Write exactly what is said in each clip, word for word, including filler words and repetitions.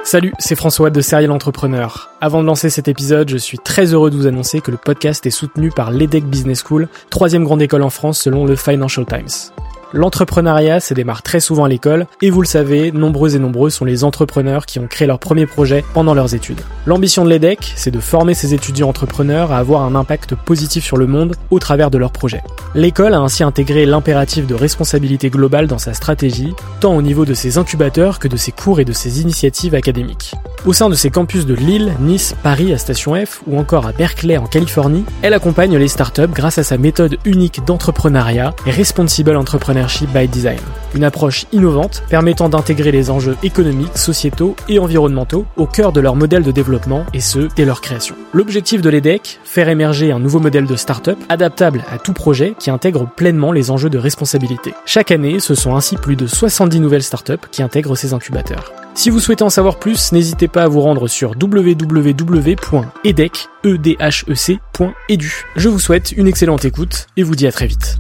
Salut, c'est François de Serial Entrepreneur. Avant de lancer cet épisode, je suis très heureux de vous annoncer que le podcast est soutenu par l'EDEC Business School, troisième grande école en France selon le Financial Times. L'entrepreneuriat, ça démarre très souvent à l'école, et vous le savez, nombreux et nombreux sont les entrepreneurs qui ont créé leur premier projet pendant leurs études. L'ambition de l'EDEC, c'est de former ces étudiants entrepreneurs à avoir un impact positif sur le monde au travers de leurs projets. L'école a ainsi intégré l'impératif de responsabilité globale dans sa stratégie, tant au niveau de ses incubateurs que de ses cours et de ses initiatives académiques. Au sein de ses campus de Lille, Nice, Paris à Station F ou encore à Berkeley en Californie, elle accompagne les startups grâce à sa méthode unique d'entrepreneuriat et Responsible Entrepreneurship by Design. Une approche innovante permettant d'intégrer les enjeux économiques, sociétaux et environnementaux au cœur de leur modèle de développement et ce, dès leur création. L'objectif de l'EDEC, faire émerger un nouveau modèle de start-up adaptable à tout projet qui intègre pleinement les enjeux de responsabilité. Chaque année, ce sont ainsi plus de soixante-dix nouvelles startups qui intègrent ces incubateurs. Si vous souhaitez en savoir plus, n'hésitez pas à vous rendre sur w w w point edec point e d u. Je vous souhaite une excellente écoute et vous dis à très vite.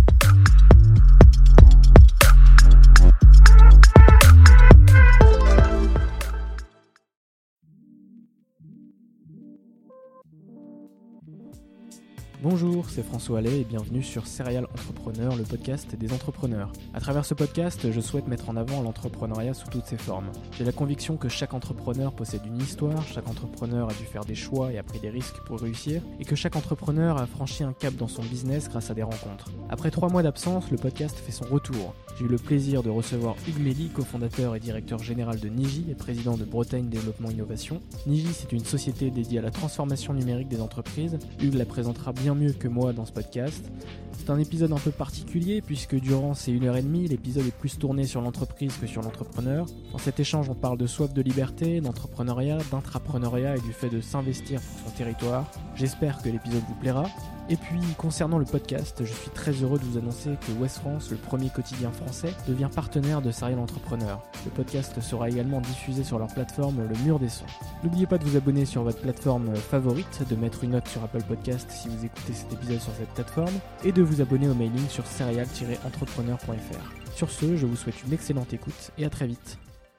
Bonjour, c'est François Allais et bienvenue sur Serial Entrepreneur, le podcast des entrepreneurs. À travers ce podcast, je souhaite mettre en avant l'entrepreneuriat sous toutes ses formes. J'ai la conviction que chaque entrepreneur possède une histoire, chaque entrepreneur a dû faire des choix et a pris des risques pour réussir, et que chaque entrepreneur a franchi un cap dans son business grâce à des rencontres. Après trois mois d'absence, le podcast fait son retour. J'ai eu le plaisir de recevoir Hugues Mély, cofondateur et directeur général de Niji et président de Bretagne Développement Innovation. Niji, c'est une société dédiée à la transformation numérique des entreprises. Hugues la présentera bien mieux que moi dans ce podcast. C'est un épisode un peu particulier puisque durant ces une heure et demie, l'épisode est plus tourné sur l'entreprise que sur l'entrepreneur. Dans cet échange, on parle de soif de liberté, d'entrepreneuriat, d'intrapreneuriat et du fait de s'investir pour son territoire. J'espère que l'épisode vous plaira. Et puis, concernant le podcast, je suis très heureux de vous annoncer que Ouest France, le premier quotidien français, devient partenaire de Serial Entrepreneur. Le podcast sera également diffusé sur leur plateforme Le Mur des Sons. N'oubliez pas de vous abonner sur votre plateforme favorite, de mettre une note sur Apple Podcast si vous écoutez cet épisode sur cette plateforme, et de vous abonner au mailing sur serial tiret entrepreneur point f r. Sur ce, je vous souhaite une excellente écoute et à très vite.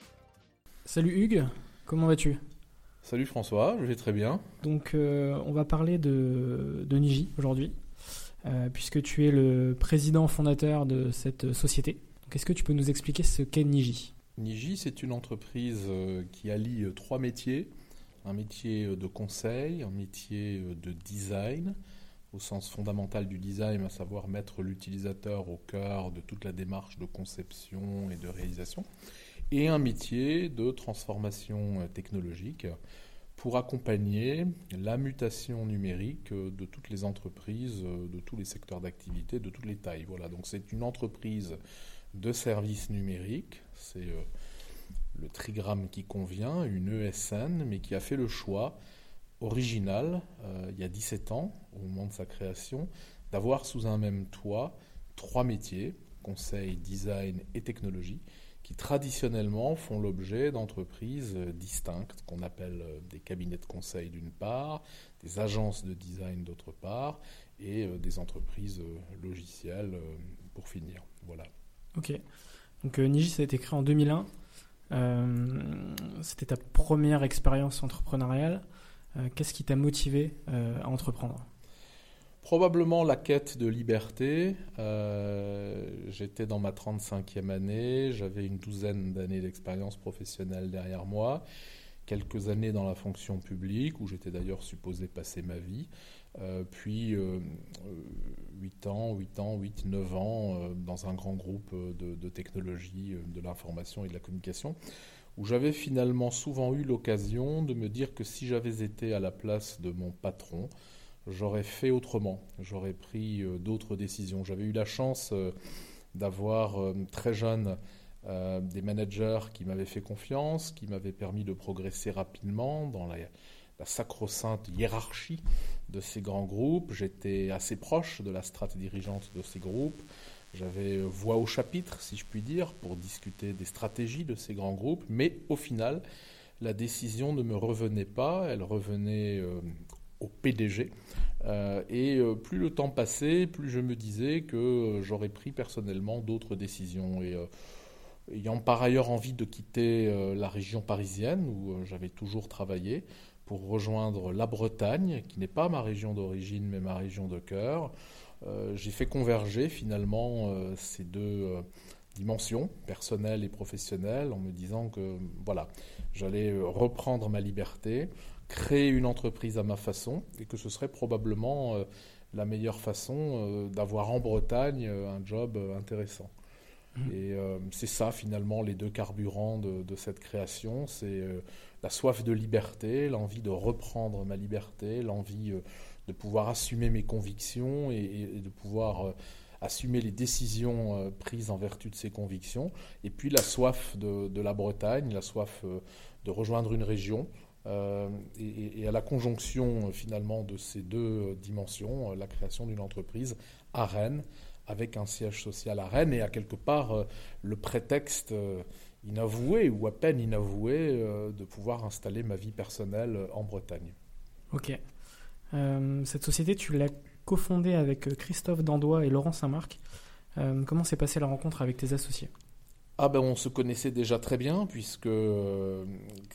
Salut Hugues, comment vas-tu ? Salut François, je vais très bien. Donc euh, on va parler de, de Niji aujourd'hui, euh, puisque tu es le président fondateur de cette société. Donc, est-ce que tu peux nous expliquer ce qu'est Niji ? Niji, c'est une entreprise qui allie trois métiers. Un métier de conseil, un métier de design, au sens fondamental du design, à savoir mettre l'utilisateur au cœur de toute la démarche de conception et de réalisation, et un métier de transformation technologique pour accompagner la mutation numérique de toutes les entreprises, de tous les secteurs d'activité, de toutes les tailles. Voilà, donc c'est une entreprise de services numériques, c'est le trigramme qui convient, une E S N, mais qui a fait le choix original, euh, il y a dix-sept ans, au moment de sa création, d'avoir sous un même toit trois métiers, conseil, design et technologie, qui traditionnellement font l'objet d'entreprises distinctes, qu'on appelle des cabinets de conseil d'une part, des agences de design d'autre part, et des entreprises logicielles pour finir. Voilà. Ok. Donc euh, Niji, ça a été créé en deux mille un. Euh, c'était ta première expérience entrepreneuriale. Euh, qu'est-ce qui t'a motivé euh, à entreprendre ? Probablement la quête de liberté. Euh, j'étais dans ma trente-cinquième année, j'avais une douzaine d'années d'expérience professionnelle derrière moi, quelques années dans la fonction publique, où j'étais d'ailleurs supposé passer ma vie, euh, puis euh, huit ans, huit ans, huit, neuf ans euh, dans un grand groupe de, de technologie, de l'information et de la communication, où j'avais finalement souvent eu l'occasion de me dire que si j'avais été à la place de mon patron, j'aurais fait autrement, j'aurais pris euh, d'autres décisions. J'avais eu la chance euh, d'avoir euh, très jeune euh, des managers qui m'avaient fait confiance, qui m'avaient permis de progresser rapidement dans la, la sacro-sainte hiérarchie de ces grands groupes. J'étais assez proche de la strate dirigeante de ces groupes. J'avais voix au chapitre, si je puis dire, pour discuter des stratégies de ces grands groupes. Mais au final, la décision ne me revenait pas, elle revenait euh, au P D G. Euh, et euh, plus le temps passait, plus je me disais que euh, j'aurais pris personnellement d'autres décisions. Et euh, ayant par ailleurs envie de quitter euh, la région parisienne où euh, j'avais toujours travaillé pour rejoindre la Bretagne, qui n'est pas ma région d'origine mais ma région de cœur, euh, j'ai fait converger finalement euh, ces deux euh, dimensions, personnelle et professionnelle, en me disant que voilà, j'allais reprendre ma liberté, créer une entreprise à ma façon et que ce serait probablement euh, la meilleure façon euh, d'avoir en Bretagne euh, un job euh, intéressant. Mmh. Et euh, c'est ça finalement les deux carburants de, de cette création, c'est euh, la soif de liberté, l'envie de reprendre ma liberté, l'envie euh, de pouvoir assumer mes convictions et, et, et de pouvoir euh, assumer les décisions euh, prises en vertu de ces convictions, et puis la soif de, de la Bretagne, la soif euh, de rejoindre une région. Euh, et, et à la conjonction euh, finalement de ces deux euh, dimensions, euh, la création d'une entreprise à Rennes, avec un siège social à Rennes, et à quelque part euh, le prétexte euh, inavoué ou à peine inavoué euh, de pouvoir installer ma vie personnelle euh, en Bretagne. Ok. Euh, cette société, tu l'as cofondée avec Christophe Dandois et Laurent Saint-Marc. Euh, comment s'est passée la rencontre avec tes associés ? Ah ben on se connaissait déjà très bien puisque euh,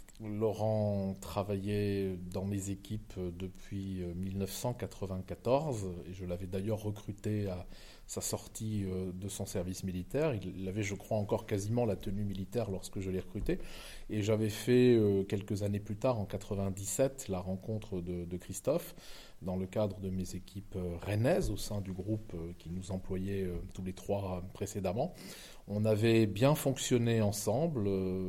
Laurent travaillait dans mes équipes depuis dix-neuf cent quatre-vingt-quatorze et je l'avais d'ailleurs recruté à sa sortie de son service militaire. Il avait, je crois, encore quasiment la tenue militaire lorsque je l'ai recruté. Et j'avais fait quelques années plus tard, en quatre-vingt-dix-sept, la rencontre de, de Christophe dans le cadre de mes équipes rennaises au sein du groupe qui nous employait tous les trois précédemment. On avait bien fonctionné ensemble,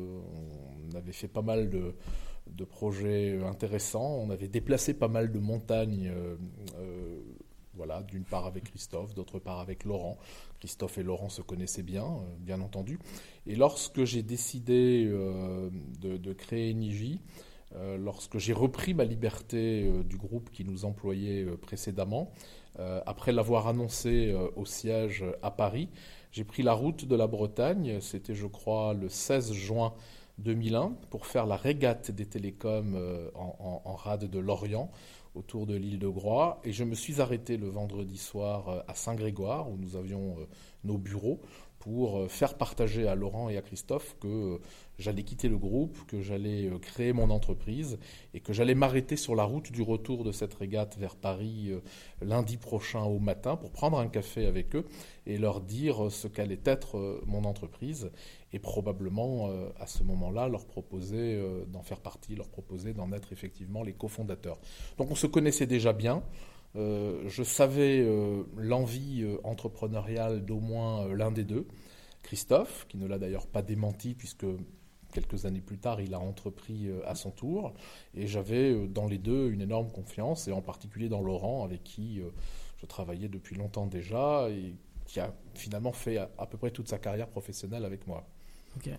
on avait fait pas mal de, de projets intéressants, on avait déplacé pas mal de montagnes, euh, euh, voilà, d'une part avec Christophe, d'autre part avec Laurent. Christophe et Laurent se connaissaient bien, euh, bien entendu. Et lorsque j'ai décidé euh, de, de créer Niji, euh, lorsque j'ai repris ma liberté euh, du groupe qui nous employait euh, précédemment, euh, après l'avoir annoncé euh, au siège à Paris, j'ai pris la route de la Bretagne, c'était je crois le seize juin deux mille un, pour faire la régate des télécoms euh, en, en, en rade de Lorient, autour de l'île de Groix. Et je me suis arrêté le vendredi soir euh, à Saint-Grégoire, où nous avions euh, nos bureaux, pour euh, faire partager à Laurent et à Christophe que euh, j'allais quitter le groupe, que j'allais euh, créer mon entreprise et que j'allais m'arrêter sur la route du retour de cette régate vers Paris euh, lundi prochain au matin pour prendre un café avec eux et leur dire ce qu'allait être euh, mon entreprise et probablement euh, à ce moment-là leur proposer euh, d'en faire partie, leur proposer d'en être effectivement les cofondateurs. Donc on se connaissait déjà bien. Euh, je savais euh, l'envie euh, entrepreneuriale d'au moins euh, l'un des deux, Christophe, qui ne l'a d'ailleurs pas démenti puisque quelques années plus tard il a entrepris euh, à son tour, et j'avais euh, dans les deux une énorme confiance, et en particulier dans Laurent avec qui euh, je travaillais depuis longtemps déjà et qui a finalement fait à, à peu près toute sa carrière professionnelle avec moi. Ok.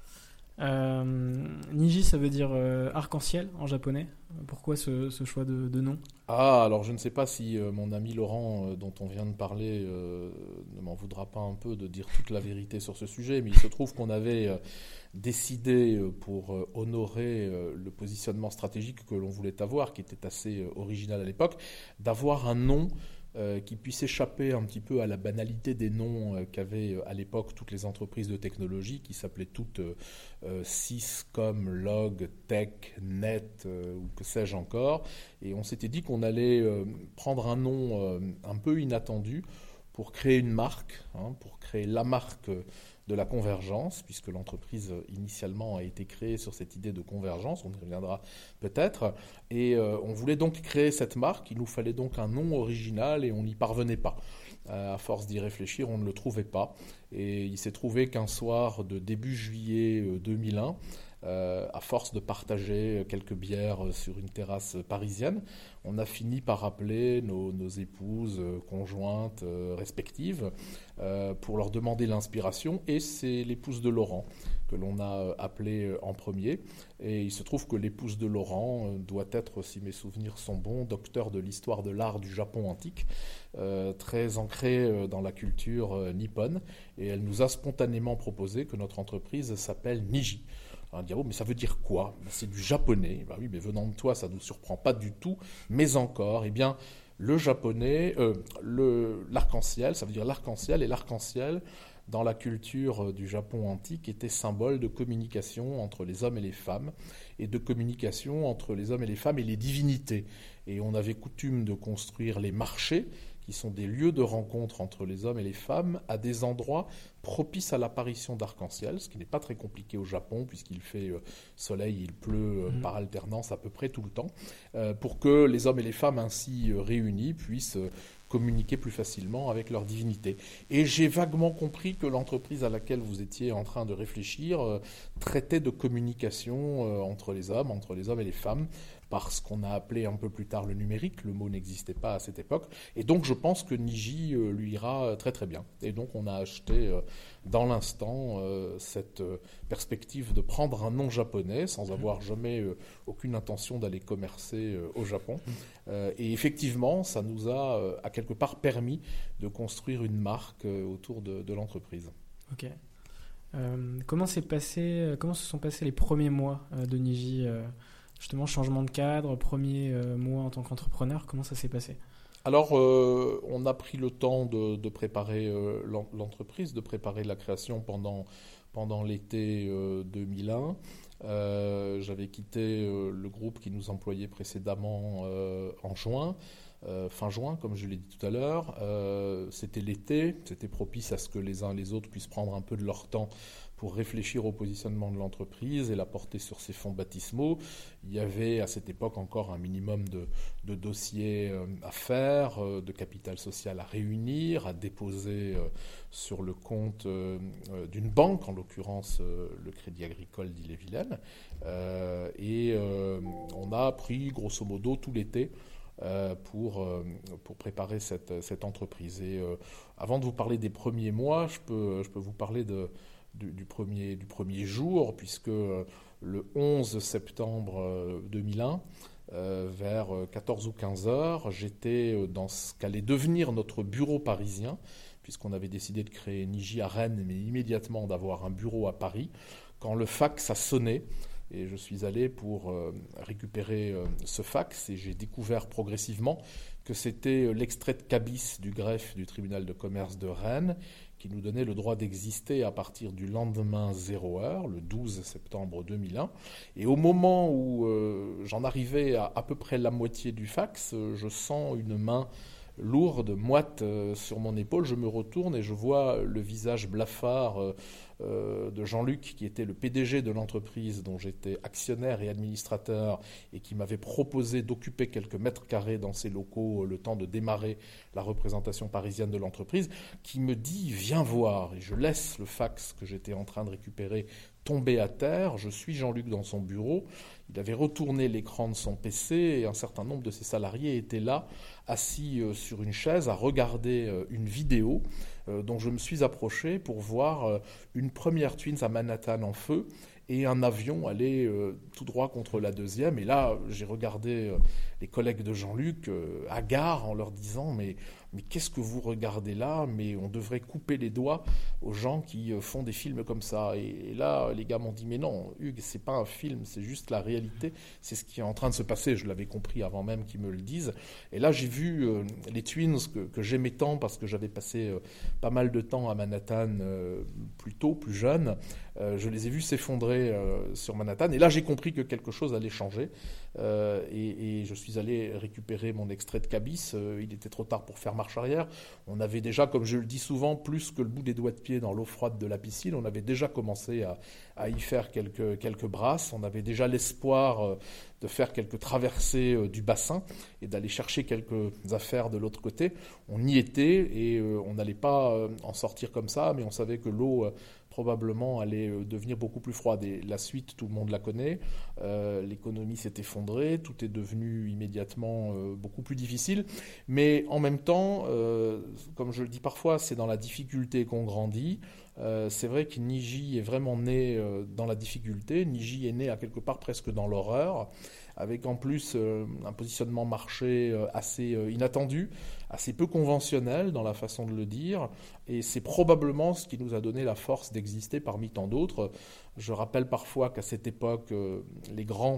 Euh, Niji, ça veut dire euh, arc-en-ciel en japonais. Pourquoi ce, ce choix de, de nom ? Ah, alors je ne sais pas si euh, mon ami Laurent, euh, dont on vient de parler, euh, ne m'en voudra pas un peu de dire toute la vérité sur ce sujet, mais il se trouve qu'on avait euh, décidé euh, pour euh, honorer euh, le positionnement stratégique que l'on voulait avoir, qui était assez euh, original à l'époque, d'avoir un nom Euh, qui puisse échapper un petit peu à la banalité des noms euh, qu'avaient euh, à l'époque toutes les entreprises de technologie, qui s'appelaient toutes euh, euh, Syscom, Log, Tech, Net euh, ou que sais-je encore. Et on s'était dit qu'on allait euh, prendre un nom euh, un peu inattendu pour créer une marque, hein, pour créer la marque de la convergence, puisque l'entreprise initialement a été créée sur cette idée de convergence, on y reviendra peut-être, et euh, on voulait donc créer cette marque, il nous fallait donc un nom original et on n'y parvenait pas. Euh, à force d'y réfléchir, on ne le trouvait pas, et il s'est trouvé qu'un soir de début juillet deux mille un, Euh, à force de partager quelques bières sur une terrasse parisienne, on a fini par appeler nos, nos épouses, euh, conjointes euh, respectives euh, pour leur demander l'inspiration, et c'est l'épouse de Laurent que l'on a appelée en premier, et il se trouve que l'épouse de Laurent euh, doit être, si mes souvenirs sont bons, docteur de l'histoire de l'art du Japon antique, euh, très ancrée dans la culture euh, nippone, et elle nous a spontanément proposé que notre entreprise s'appelle Niji. On va dire, oh, mais ça veut dire quoi ? C'est du japonais. Ben oui, mais venant de toi, ça ne nous surprend pas du tout. Mais encore, eh bien, le japonais, euh, le, l'arc-en-ciel, ça veut dire l'arc-en-ciel, et l'arc-en-ciel dans la culture du Japon antique, était symbole de communication entre les hommes et les femmes, et de communication entre les hommes et les femmes et les divinités. Et on avait coutume de construire les marchés, qui sont des lieux de rencontre entre les hommes et les femmes, à des endroits propices à l'apparition d'arc-en-ciel, ce qui n'est pas très compliqué au Japon, puisqu'il fait euh, soleil, il pleut euh, mmh. par alternance à peu près tout le temps, euh, pour que les hommes et les femmes ainsi euh, réunis puissent euh, communiquer plus facilement avec leur divinité. Et j'ai vaguement compris que l'entreprise à laquelle vous étiez en train de réfléchir euh, traitait de communication euh, entre les hommes, entre les hommes et les femmes, par ce qu'on a appelé un peu plus tard le numérique. Le mot n'existait pas à cette époque. Et donc, je pense que Niji euh, lui ira très très bien. Et donc, on a acheté euh, dans l'instant euh, cette euh, perspective de prendre un nom japonais sans avoir jamais euh, aucune intention d'aller commercer euh, au Japon. Euh, et effectivement, ça nous a euh, à quelque part permis de construire une marque euh, autour de, de l'entreprise. Ok. Euh, comment s'est passé, comment se sont passés les premiers mois euh, de Niji euh... Justement, changement de cadre, premier euh, mois en tant qu'entrepreneur, comment ça s'est passé ? Alors, euh, on a pris le temps de, de préparer euh, l'entreprise, de préparer la création pendant, pendant l'été euh, deux mille un. Euh, j'avais quitté euh, le groupe qui nous employait précédemment euh, en juin, euh, fin juin, comme je l'ai dit tout à l'heure. Euh, c'était l'été, c'était propice à ce que les uns et les autres puissent prendre un peu de leur temps pour réfléchir au positionnement de l'entreprise et la porter sur ses fonds baptismaux. Il y avait à cette époque encore un minimum de, de dossiers à faire, de capital social à réunir, à déposer sur le compte d'une banque, en l'occurrence le Crédit Agricole d'Ille-et-Vilaine. Et on a pris grosso modo tout l'été pour, pour préparer cette, cette entreprise. Et avant de vous parler des premiers mois, je peux, je peux vous parler de Du, du, premier, du premier jour, puisque euh, le onze septembre euh, deux mille un, euh, vers quatorze ou quinze heures, j'étais dans ce qu'allait devenir notre bureau parisien, puisqu'on avait décidé de créer Niji à Rennes, mais immédiatement d'avoir un bureau à Paris, quand le fax a sonné. Et je suis allé pour euh, récupérer euh, ce fax, et j'ai découvert progressivement que c'était l'extrait de cabis du greffe du tribunal de commerce de Rennes, qui nous donnait le droit d'exister à partir du lendemain zéro heure, le douze septembre deux mille un. Et au moment où euh, j'en arrivais à à peu près la moitié du fax, euh, je sens une main lourde, moite euh, sur mon épaule. Je me retourne et je vois le visage blafard euh, euh, de Jean-Luc, qui était le P D G de l'entreprise dont j'étais actionnaire et administrateur et qui m'avait proposé d'occuper quelques mètres carrés dans ses locaux euh, le temps de démarrer la représentation parisienne de l'entreprise, qui me dit « Viens voir ». Et je laisse le fax que j'étais en train de récupérer tomber à terre. Je suis Jean-Luc dans son bureau. Il avait retourné l'écran de son P C et un certain nombre de ses salariés étaient là, assis euh, sur une chaise, à regarder euh, une vidéo euh, dont je me suis approché pour voir euh, une première Twins à Manhattan en feu et un avion aller euh, tout droit contre la deuxième. Et là, j'ai regardé euh, les collègues de Jean-Luc euh, hagards en leur disant « Mais, mais qu'est-ce que vous regardez là ? Mais on devrait couper les doigts aux gens qui euh, font des films comme ça. » et, et là, les gars m'ont dit « Mais non, Hugues, c'est pas un film, c'est juste la réalité. C'est ce qui est en train de se passer. » Je l'avais compris avant même qu'ils me le disent. Et là, j'ai vu euh, les Twins que, que j'aimais tant parce que j'avais passé euh, pas mal de temps à Manhattan euh, plus tôt, plus jeune. Euh, je les ai vus s'effondrer euh, sur Manhattan. Et là, j'ai compris que quelque chose allait changer. Euh, et, et je suis allé récupérer mon extrait de cabis. Euh, il était trop tard pour faire marche arrière. On avait déjà, comme je le dis souvent, plus que le bout des doigts de pied dans l'eau froide de la piscine. On avait déjà commencé à, à y faire quelques, quelques brasses. On avait déjà l'espoir euh, de faire quelques traversées euh, du bassin et d'aller chercher quelques affaires de l'autre côté. On y était et euh, on n'allait pas euh, en sortir comme ça, mais on savait que l'eau... Euh, probablement allait devenir beaucoup plus froide. Et la suite, tout le monde la connaît. Euh, l'économie s'est effondrée, tout est devenu immédiatement euh, beaucoup plus difficile. Mais en même temps, euh, comme je le dis parfois, c'est dans la difficulté qu'on grandit. Euh, c'est vrai que Niji est vraiment né euh, dans la difficulté. Niji est né à quelque part presque dans l'horreur, avec en plus euh, un positionnement marché euh, assez euh, inattendu, assez peu conventionnel dans la façon de le dire, et c'est probablement ce qui nous a donné la force d'exister parmi tant d'autres. Je rappelle parfois qu'à cette époque, euh, les grands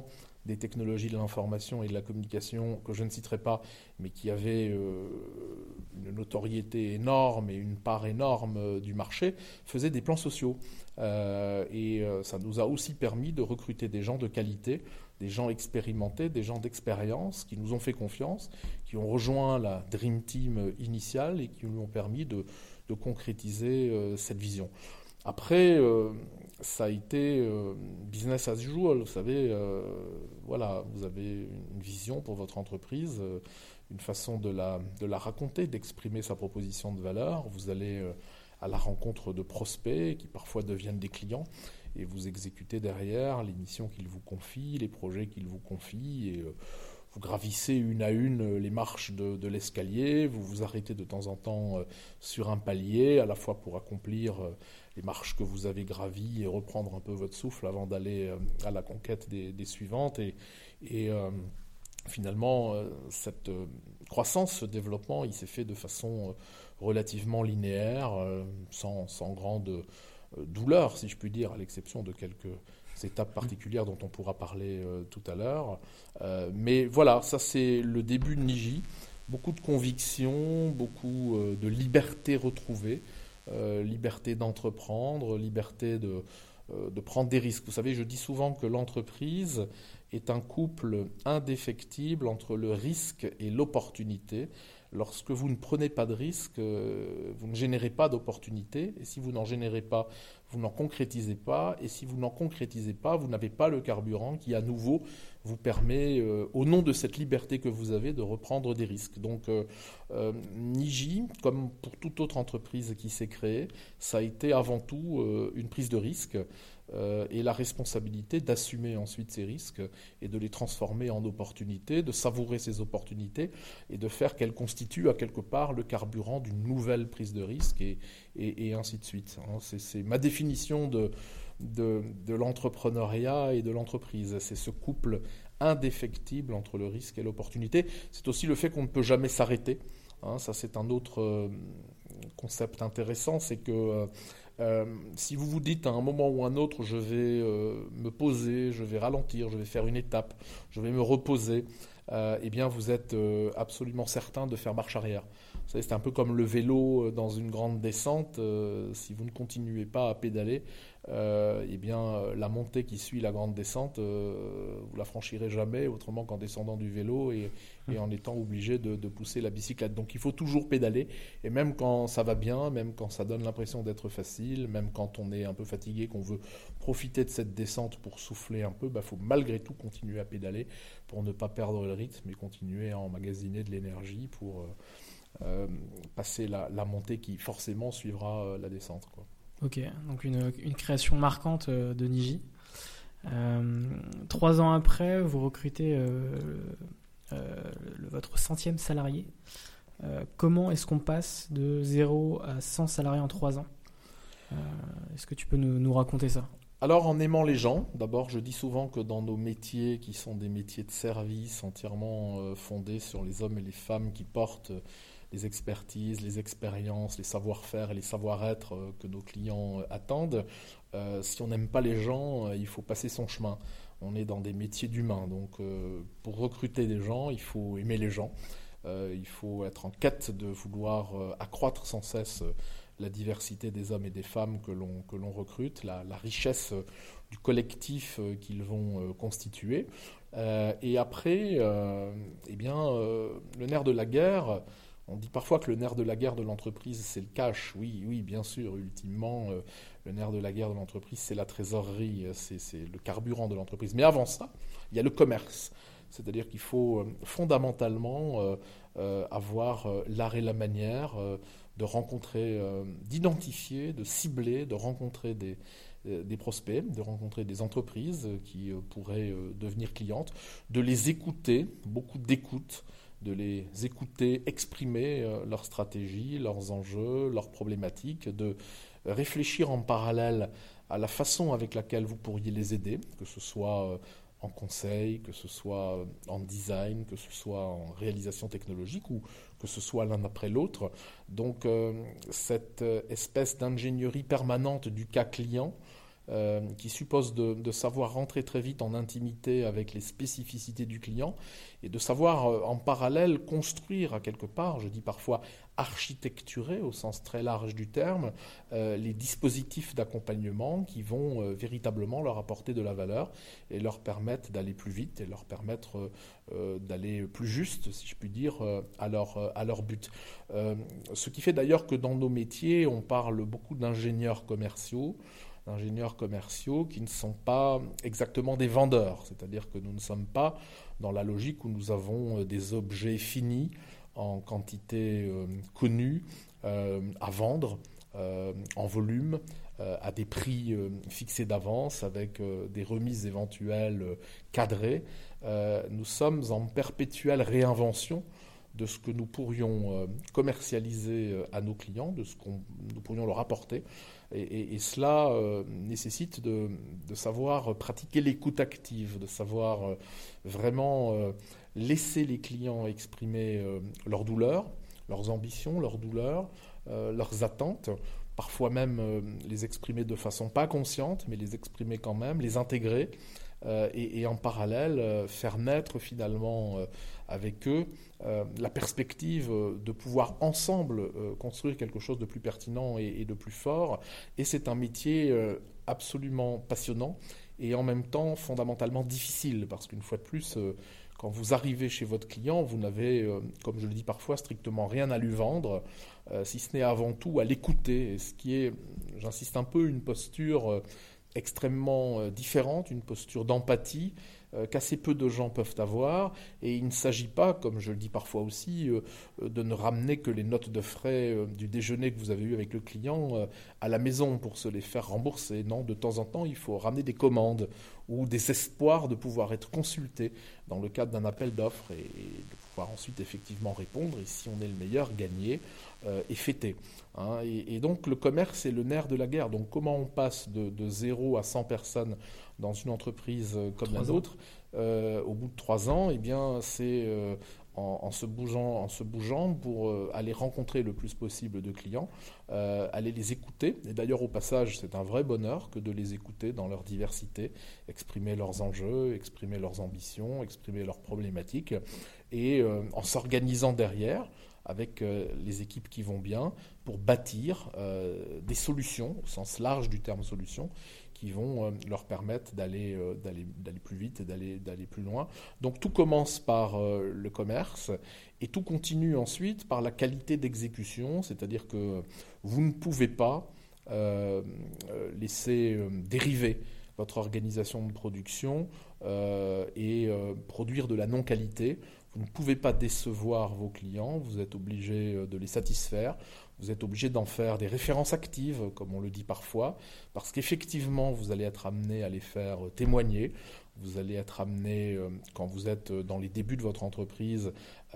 des technologies de l'information et de la communication, que je ne citerai pas, mais qui avait euh, une notoriété énorme et une part énorme euh, du marché, faisait des plans sociaux. Euh, et euh, ça nous a aussi permis de recruter des gens de qualité, des gens expérimentés, des gens d'expérience, qui nous ont fait confiance, qui ont rejoint la Dream Team initiale et qui nous ont permis de, de concrétiser euh, cette vision. Après, euh, ça a été euh, business as usual. Vous savez, euh, voilà, vous avez une vision pour votre entreprise, euh, une façon de la, de la raconter, d'exprimer sa proposition de valeur. Vous allez euh, à la rencontre de prospects qui parfois deviennent des clients et vous exécutez derrière les missions qu'ils vous confient, les projets qu'ils vous confient et euh, vous gravissez une à une les marches de, de l'escalier, vous vous arrêtez de temps en temps euh, sur un palier, à la fois pour accomplir euh, les marches que vous avez gravies et reprendre un peu votre souffle avant d'aller euh, à la conquête des, des suivantes. Et, et euh, finalement, euh, cette euh, croissance, ce développement, il s'est fait de façon euh, relativement linéaire, euh, sans, sans grande euh, douleur, si je puis dire, à l'exception de quelques étapes particulières dont on pourra parler euh, tout à l'heure. Euh, mais voilà, ça c'est le début de Niji. Beaucoup de conviction, beaucoup euh, de liberté retrouvée, euh, liberté d'entreprendre, liberté de, euh, de prendre des risques. Vous savez, je dis souvent que l'entreprise est un couple indéfectible entre le risque et l'opportunité. Lorsque vous ne prenez pas de risque, euh, vous ne générez pas d'opportunité. Et si vous n'en générez pas, vous n'en concrétisez pas. Et si vous n'en concrétisez pas, vous n'avez pas le carburant qui, à nouveau, vous permet, euh, au nom de cette liberté que vous avez, de reprendre des risques. Donc, euh, euh, Niji, comme pour toute autre entreprise qui s'est créée, ça a été avant tout euh, une prise de risque. Euh, et la responsabilité d'assumer ensuite ces risques et de les transformer en opportunités, de savourer ces opportunités et de faire qu'elles constituent à quelque part le carburant d'une nouvelle prise de risque et, et, et ainsi de suite. C'est, c'est ma définition de, de, de l'entrepreneuriat et de l'entreprise. C'est ce couple indéfectible entre le risque et l'opportunité. C'est aussi le fait qu'on ne peut jamais s'arrêter. Hein, ça, c'est un autre euh, concept intéressant, c'est que euh, Euh, si vous vous dites à un moment ou un autre, je vais euh, me poser, je vais ralentir, je vais faire une étape, je vais me reposer, euh, eh bien vous êtes euh, absolument certain de faire marche arrière. Vous savez, c'est un peu comme le vélo dans une grande descente. Euh, si vous ne continuez pas à pédaler, euh, eh bien la montée qui suit la grande descente, euh, vous la franchirez jamais autrement qu'en descendant du vélo et, et en étant obligé de, de pousser la bicyclette. Donc il faut toujours pédaler, et même quand ça va bien, même quand ça donne l'impression d'être facile, même quand on est un peu fatigué, qu'on veut profiter de cette descente pour souffler un peu, bah, faut malgré tout continuer à pédaler pour ne pas perdre le rythme et continuer à emmagasiner de l'énergie pour euh, euh, passer la, la montée qui forcément suivra euh, la descente, quoi. Ok, donc une, une création marquante euh, de Niji. Euh, trois ans après, vous recrutez euh, euh, le, votre centième salarié. Euh, comment est-ce qu'on passe de zéro à cent salariés en trois ans ? euh, Est-ce que tu peux nous, nous raconter ça ? Alors, en aimant les gens, d'abord, je dis souvent que dans nos métiers, qui sont des métiers de service entièrement euh, fondés sur les hommes et les femmes qui portent euh, les expertises, les expériences, les savoir-faire et les savoir-être euh, que nos clients euh, attendent, euh, si on n'aime pas les gens, euh, il faut passer son chemin. On est dans des métiers d'humains, donc euh, pour recruter des gens, il faut aimer les gens. Euh, il faut être en quête de vouloir euh, accroître sans cesse euh, la diversité des hommes et des femmes que l'on, que l'on recrute, la, la richesse euh, du collectif euh, qu'ils vont euh, constituer. Euh, et après, euh, eh bien, euh, le nerf de la guerre, on dit parfois que le nerf de la guerre de l'entreprise, c'est le cash. Oui, oui, bien sûr, ultimement, euh, le nerf de la guerre de l'entreprise, c'est la trésorerie, c'est, c'est le carburant de l'entreprise. Mais avant ça, il y a le commerce. C'est-à-dire qu'il faut euh, fondamentalement euh, euh, avoir euh, l'art et la manière euh, de rencontrer, euh, d'identifier, de cibler, de rencontrer des, euh, des prospects, de rencontrer des entreprises qui euh, pourraient euh, devenir clientes, de les écouter, beaucoup d'écoute, de les écouter exprimer euh, leurs stratégies, leurs enjeux, leurs problématiques, de réfléchir en parallèle à la façon avec laquelle vous pourriez les aider, que ce soit euh, en conseil, que ce soit en design, que ce soit en réalisation technologique ou que ce soit l'un après l'autre. Donc euh, cette espèce d'ingénierie permanente du cas client, euh, qui suppose de, de savoir rentrer très vite en intimité avec les spécificités du client et de savoir euh, en parallèle construire à quelque part, je dis parfois architecturer au sens très large du terme, euh, les dispositifs d'accompagnement qui vont euh, véritablement leur apporter de la valeur et leur permettre d'aller plus vite et leur permettre euh, euh, d'aller plus juste, si je puis dire, euh, à, leur, euh, à leur but. Euh, ce qui fait d'ailleurs que dans nos métiers, on parle beaucoup d'ingénieurs commerciaux, d'ingénieurs commerciaux qui ne sont pas exactement des vendeurs, c'est-à-dire que nous ne sommes pas dans la logique où nous avons des objets finis en quantité euh, connue euh, à vendre euh, en volume euh, à des prix euh, fixés d'avance avec euh, des remises éventuelles euh, cadrées. Euh, nous sommes en perpétuelle réinvention de ce que nous pourrions euh, commercialiser euh, à nos clients, de ce que nous pourrions leur apporter. Et, et, et cela euh, nécessite de, de savoir pratiquer l'écoute active, de savoir euh, vraiment euh, laisser les clients exprimer euh, leurs douleurs, leurs ambitions, leurs douleurs, euh, leurs attentes, parfois même euh, les exprimer de façon pas consciente, mais les exprimer quand même, les intégrer, euh, et, et en parallèle euh, faire naître finalement euh, avec eux euh, la perspective euh, de pouvoir ensemble euh, construire quelque chose de plus pertinent et, et de plus fort. Et c'est un métier euh, absolument passionnant et en même temps fondamentalement difficile, parce qu'une fois de plus, euh, quand vous arrivez chez votre client, vous n'avez, euh, comme je le dis parfois, strictement rien à lui vendre, euh, si ce n'est avant tout à l'écouter, ce qui est, j'insiste un peu, une posture euh, extrêmement euh, différente, une posture d'empathie euh, qu'assez peu de gens peuvent avoir. Et il ne s'agit pas, comme je le dis parfois aussi, euh, de ne ramener que les notes de frais euh, du déjeuner que vous avez eu avec le client euh, à la maison pour se les faire rembourser. Non, de temps en temps, il faut ramener des commandes ou des espoirs de pouvoir être consulté dans le cadre d'un appel d'offres et, et de pouvoir ensuite effectivement répondre. Et si on est le meilleur, gagner euh, et fêter. Hein. Et, et donc le commerce est le nerf de la guerre. Donc comment on passe de, de zéro à cent personnes dans une entreprise comme la nôtre euh, au bout de trois ans, eh bien c'est euh, en, en, se bougeant, en se bougeant pour euh, aller rencontrer le plus possible de clients, euh, aller les écouter. Et d'ailleurs au passage, c'est un vrai bonheur que de les écouter dans leur diversité, exprimer leurs enjeux, exprimer leurs ambitions, exprimer leurs problématiques, et euh, en s'organisant derrière avec euh, les équipes qui vont bien pour bâtir euh, des solutions, au sens large du terme solution, qui vont euh, leur permettre d'aller, euh, d'aller, d'aller plus vite et d'aller, d'aller plus loin. Donc tout commence par euh, le commerce et tout continue ensuite par la qualité d'exécution, c'est-à-dire que vous ne pouvez pas euh, laisser euh, dériver votre organisation de production euh, et euh, produire de la non-qualité. Vous ne pouvez pas décevoir vos clients, vous êtes obligé de les satisfaire, vous êtes obligé d'en faire des références actives, comme on le dit parfois, parce qu'effectivement, vous allez être amené à les faire témoigner, vous allez être amené, quand vous êtes dans les débuts de votre entreprise,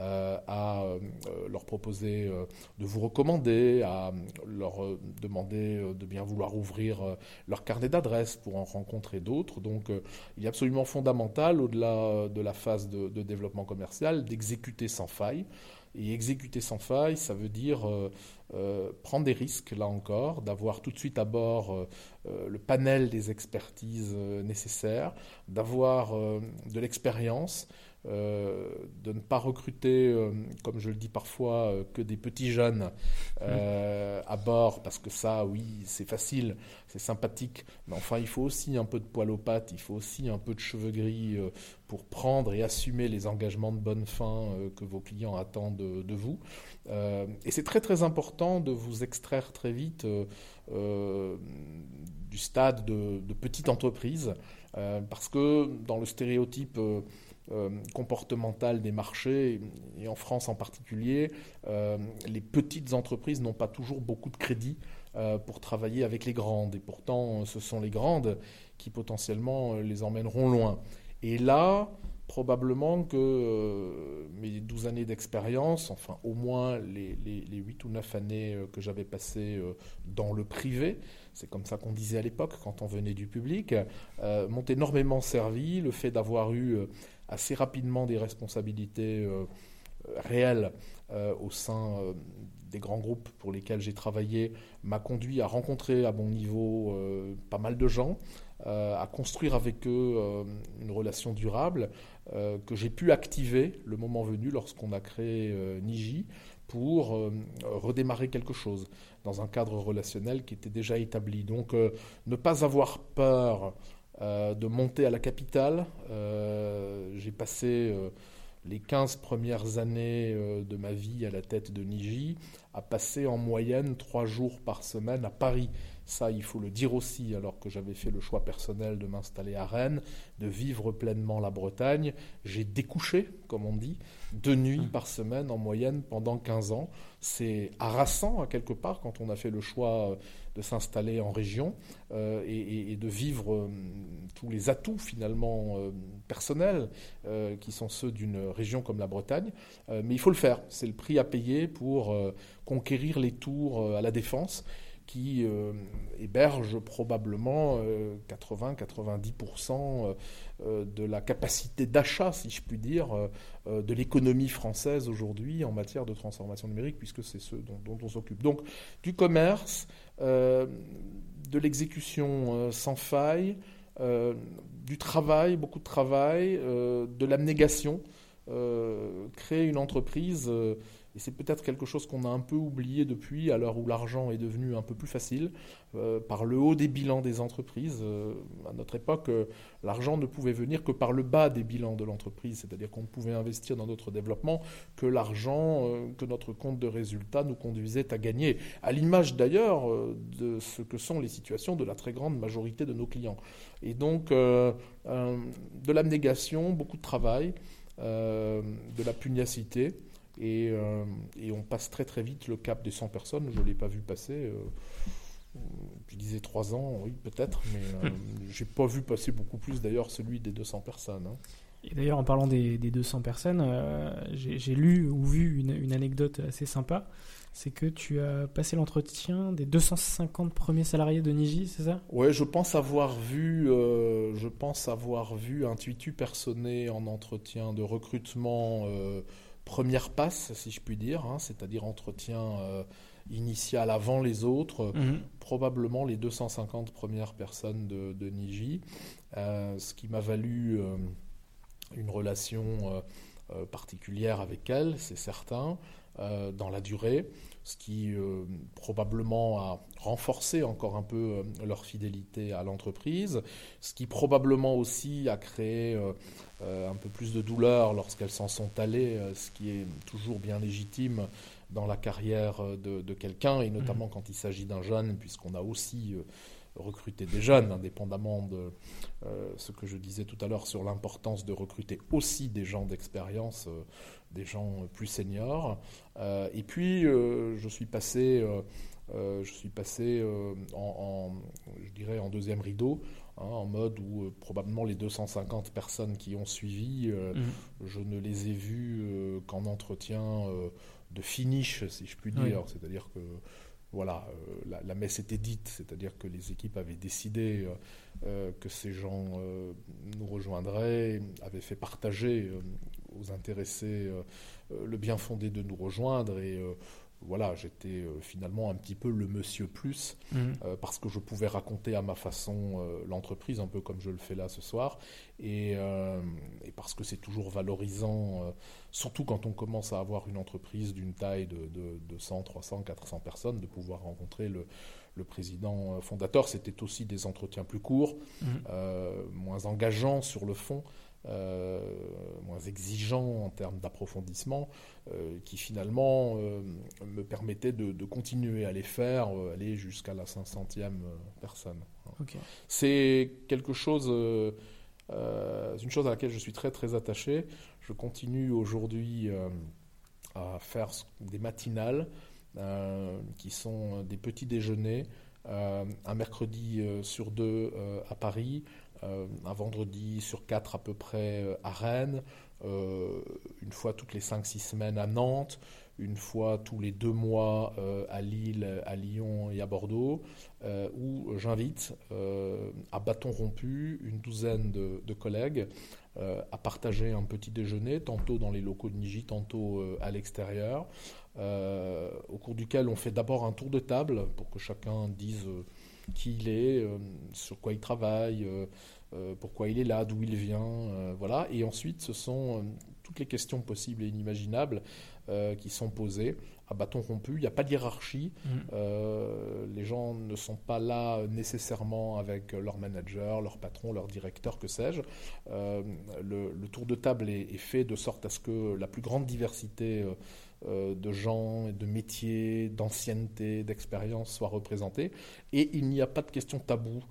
à leur proposer de vous recommander, à leur demander de bien vouloir ouvrir leur carnet d'adresses pour en rencontrer d'autres. Donc, il est absolument fondamental, au-delà de la phase de, de développement commercial, d'exécuter sans faille. Et exécuter sans faille, ça veut dire euh, euh, prendre des risques, là encore, d'avoir tout de suite à bord euh, euh, le panel des expertises euh, nécessaires, d'avoir euh, de l'expérience, euh, de ne pas recruter, euh, comme je le dis parfois, euh, que des petits jeunes euh, à bord, parce que ça, oui, c'est facile, c'est sympathique, mais enfin, il faut aussi un peu de poil aux pattes, il faut aussi un peu de cheveux gris euh, pour prendre et assumer les engagements de bonne fin euh, que vos clients attendent de, de vous. Euh, et c'est très très important de vous extraire très vite euh, euh, du stade de, de petite entreprise, euh, parce que dans le stéréotype euh, euh, comportemental des marchés, et en France en particulier, euh, les petites entreprises n'ont pas toujours beaucoup de crédit euh, pour travailler avec les grandes. Et pourtant, ce sont les grandes qui potentiellement les emmèneront loin. Et là, probablement que euh, mes douze années d'expérience, enfin au moins les, les, les huit ou neuf années euh, que j'avais passées euh, dans le privé, c'est comme ça qu'on disait à l'époque quand on venait du public, euh, m'ont énormément servi. Le fait d'avoir eu euh, assez rapidement des responsabilités euh, réelles euh, au sein euh, des grands groupes pour lesquels j'ai travaillé m'a conduit à rencontrer à mon niveau euh, pas mal de gens, euh, à construire avec eux euh, une relation durable euh, que j'ai pu activer le moment venu lorsqu'on a créé euh, Niji pour euh, redémarrer quelque chose dans un cadre relationnel qui était déjà établi. Donc euh, ne pas avoir peur euh, de monter à la capitale. Euh, j'ai passé euh, les quinze premières années euh, de ma vie à la tête de Niji à passer en moyenne trois jours par semaine à Paris. Ça, il faut le dire aussi, alors que j'avais fait le choix personnel de m'installer à Rennes, de vivre pleinement la Bretagne. J'ai découché, comme on dit, deux nuits par semaine en moyenne pendant quinze ans. C'est harassant, à quelque part, quand on a fait le choix de s'installer en région euh, et, et de vivre euh, tous les atouts, finalement, euh, personnels, euh, qui sont ceux d'une région comme la Bretagne. Euh, mais il faut le faire. C'est le prix à payer pour euh, conquérir les tours euh, à la Défense, qui euh, héberge probablement euh, quatre-vingts à quatre-vingt-dix pour cent euh, de la capacité d'achat, si je puis dire, euh, de l'économie française aujourd'hui en matière de transformation numérique, puisque c'est ce dont, dont on s'occupe. Donc, du commerce, euh, de l'exécution euh, sans faille, euh, du travail, beaucoup de travail, euh, de l'abnégation, euh, créer une entreprise... Euh, Et c'est peut-être quelque chose qu'on a un peu oublié depuis, à l'heure où l'argent est devenu un peu plus facile, euh, par le haut des bilans des entreprises. Euh, à notre époque, euh, l'argent ne pouvait venir que par le bas des bilans de l'entreprise, c'est-à-dire qu'on ne pouvait investir dans notre développement que l'argent, euh, que notre compte de résultat nous conduisait à gagner. À l'image d'ailleurs euh, de ce que sont les situations de la très grande majorité de nos clients. Et donc, euh, euh, de l'abnégation, beaucoup de travail, euh, de la pugnacité. Et, euh, et on passe très très vite le cap des cent personnes. Je ne l'ai pas vu passer. Euh, je disais trois ans, oui, peut-être, mais euh, je n'ai pas vu passer beaucoup plus d'ailleurs celui des deux cents personnes. Hein. Et d'ailleurs, en parlant des, des deux cents personnes, euh, j'ai, j'ai lu ou vu une, une anecdote assez sympa. C'est que tu as passé l'entretien des deux cent cinquante premiers salariés de Niji, c'est ça ? Oui, je pense avoir vu, euh, je pense avoir vu un tutu personné en entretien de recrutement. Euh, Première passe, si je puis dire, hein, c'est-à-dire entretien euh, initial avant les autres, mmh. probablement les deux cent cinquante premières personnes de, de Niji, euh, ce qui m'a valu euh, une relation euh, euh, particulière avec elles, c'est certain, euh, dans la durée, ce qui euh, probablement a renforcé encore un peu euh, leur fidélité à l'entreprise, ce qui probablement aussi a créé euh, euh, un peu plus de douleur lorsqu'elles s'en sont allées, euh, ce qui est toujours bien légitime dans la carrière de, de quelqu'un, et notamment mmh. quand il s'agit d'un jeune, puisqu'on a aussi euh, recruté des jeunes, indépendamment de euh, ce que je disais tout à l'heure sur l'importance de recruter aussi des gens d'expérience, euh, des gens plus seniors. Euh, et puis, euh, je suis passé, euh, euh, je suis passé euh, en, en, je dirais, en deuxième rideau, hein, en mode où euh, probablement les deux cent cinquante personnes qui ont suivi, euh, mmh. je ne les ai vues euh, qu'en entretien euh, de finish, si je puis dire. Oui. C'est-à-dire que voilà, euh, la, la messe était dite, c'est-à-dire que les équipes avaient décidé euh, euh, que ces gens euh, nous rejoindraient, avaient fait partager euh, aux intéressés euh, le bien fondé de nous rejoindre, et euh, voilà, j'étais euh, finalement un petit peu le monsieur plus, mmh. euh, parce que je pouvais raconter à ma façon euh, l'entreprise, un peu comme je le fais là ce soir, et, euh, et parce que c'est toujours valorisant, euh, surtout quand on commence à avoir une entreprise d'une taille de, de, de cent, trois cents, quatre cents personnes, de pouvoir rencontrer le, le président fondateur. C'était aussi des entretiens plus courts, mmh. euh, moins engageants sur le fond, Euh, moins exigeant en termes d'approfondissement, euh, qui finalement euh, me permettait de, de continuer à les faire, euh, aller jusqu'à la cinq centième personne. Okay. C'est quelque chose, euh, euh, une chose à laquelle je suis très très attaché. Je continue aujourd'hui euh, à faire des matinales euh, qui sont des petits déjeuners, euh, un mercredi euh, sur deux euh, à Paris, Euh, un vendredi sur quatre à peu près euh, à Rennes, euh, une fois toutes les cinq six semaines à Nantes, une fois tous les deux mois euh, à Lille, à Lyon et à Bordeaux, euh, où j'invite euh, à bâton rompu une douzaine de, de collègues euh, à partager un petit déjeuner, tantôt dans les locaux de Niji, tantôt euh, à l'extérieur, euh, au cours duquel on fait d'abord un tour de table pour que chacun dise euh, qui il est, euh, sur quoi il travaille, euh, euh, pourquoi il est là, d'où il vient, euh, voilà. Et ensuite, ce sont euh, toutes les questions possibles et inimaginables euh, qui sont posées à bâton rompu. Il n'y a pas de hiérarchie. Mmh. Euh, les gens ne sont pas là nécessairement avec leur manager, leur patron, leur directeur, que sais-je. Euh, le, le tour de table est, est fait de sorte à ce que la plus grande diversité euh, euh, de gens, de métiers, d'ancienneté, d'expérience soit représentée. Et il n'y a pas de questions taboues.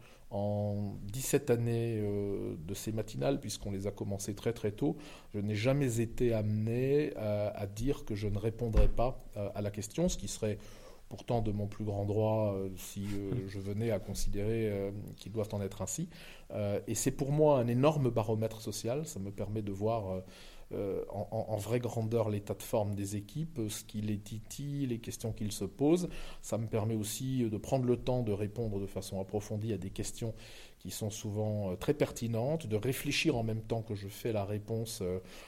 En dix-sept années euh, de ces matinales, puisqu'on les a commencées très très tôt, je n'ai jamais été amené à, à dire que je ne répondrais pas euh, à la question, ce qui serait pourtant de mon plus grand droit euh, si euh, je venais à considérer euh, qu'ils doivent en être ainsi. Euh, et c'est pour moi un énorme baromètre social, ça me permet de voir euh, euh, en, en vraie grandeur l'état de forme des équipes, ce qui les titille, les questions qu'ils se posent. Ça me permet aussi de prendre le temps de répondre de façon approfondie à des questions qui sont souvent très pertinentes, de réfléchir en même temps que je fais la réponse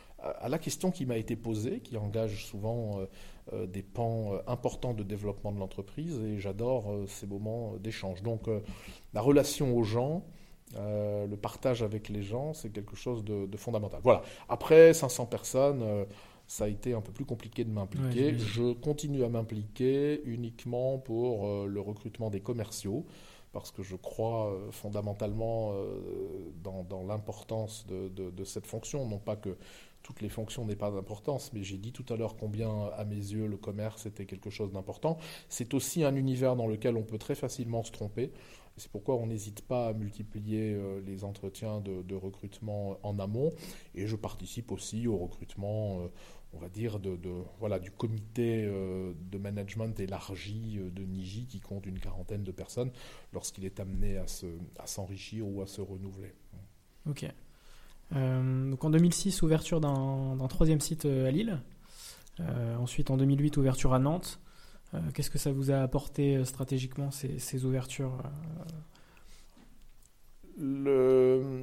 à la question qui m'a été posée, qui engage souvent des pans importants de développement de l'entreprise, et j'adore ces moments d'échange. Donc la relation aux gens, Euh, le partage avec les gens, c'est quelque chose de, de fondamental. Voilà. Après cinq cents personnes, euh, ça a été un peu plus compliqué de m'impliquer. Ouais, je continue à m'impliquer uniquement pour euh, le recrutement des commerciaux, parce que je crois euh, fondamentalement euh, dans, dans l'importance de, de, de cette fonction. Non pas que toutes les fonctions n'aient pas d'importance, mais j'ai dit tout à l'heure combien, à mes yeux, le commerce était quelque chose d'important. C'est aussi un univers dans lequel on peut très facilement se tromper. C'est pourquoi on n'hésite pas à multiplier euh, les entretiens de, de recrutement en amont. Et je participe aussi au recrutement, euh, on va dire, de, de, voilà, du comité euh, de management élargi euh, de Niji, qui compte une quarantaine de personnes, lorsqu'il est amené à, se, à s'enrichir ou à se renouveler. Ok. Euh, donc en deux mille six, ouverture d'un, d'un troisième site à Lille. Euh, ensuite, en deux mille huit, ouverture à Nantes. Euh, qu'est-ce que ça vous a apporté stratégiquement, ces, ces ouvertures Le,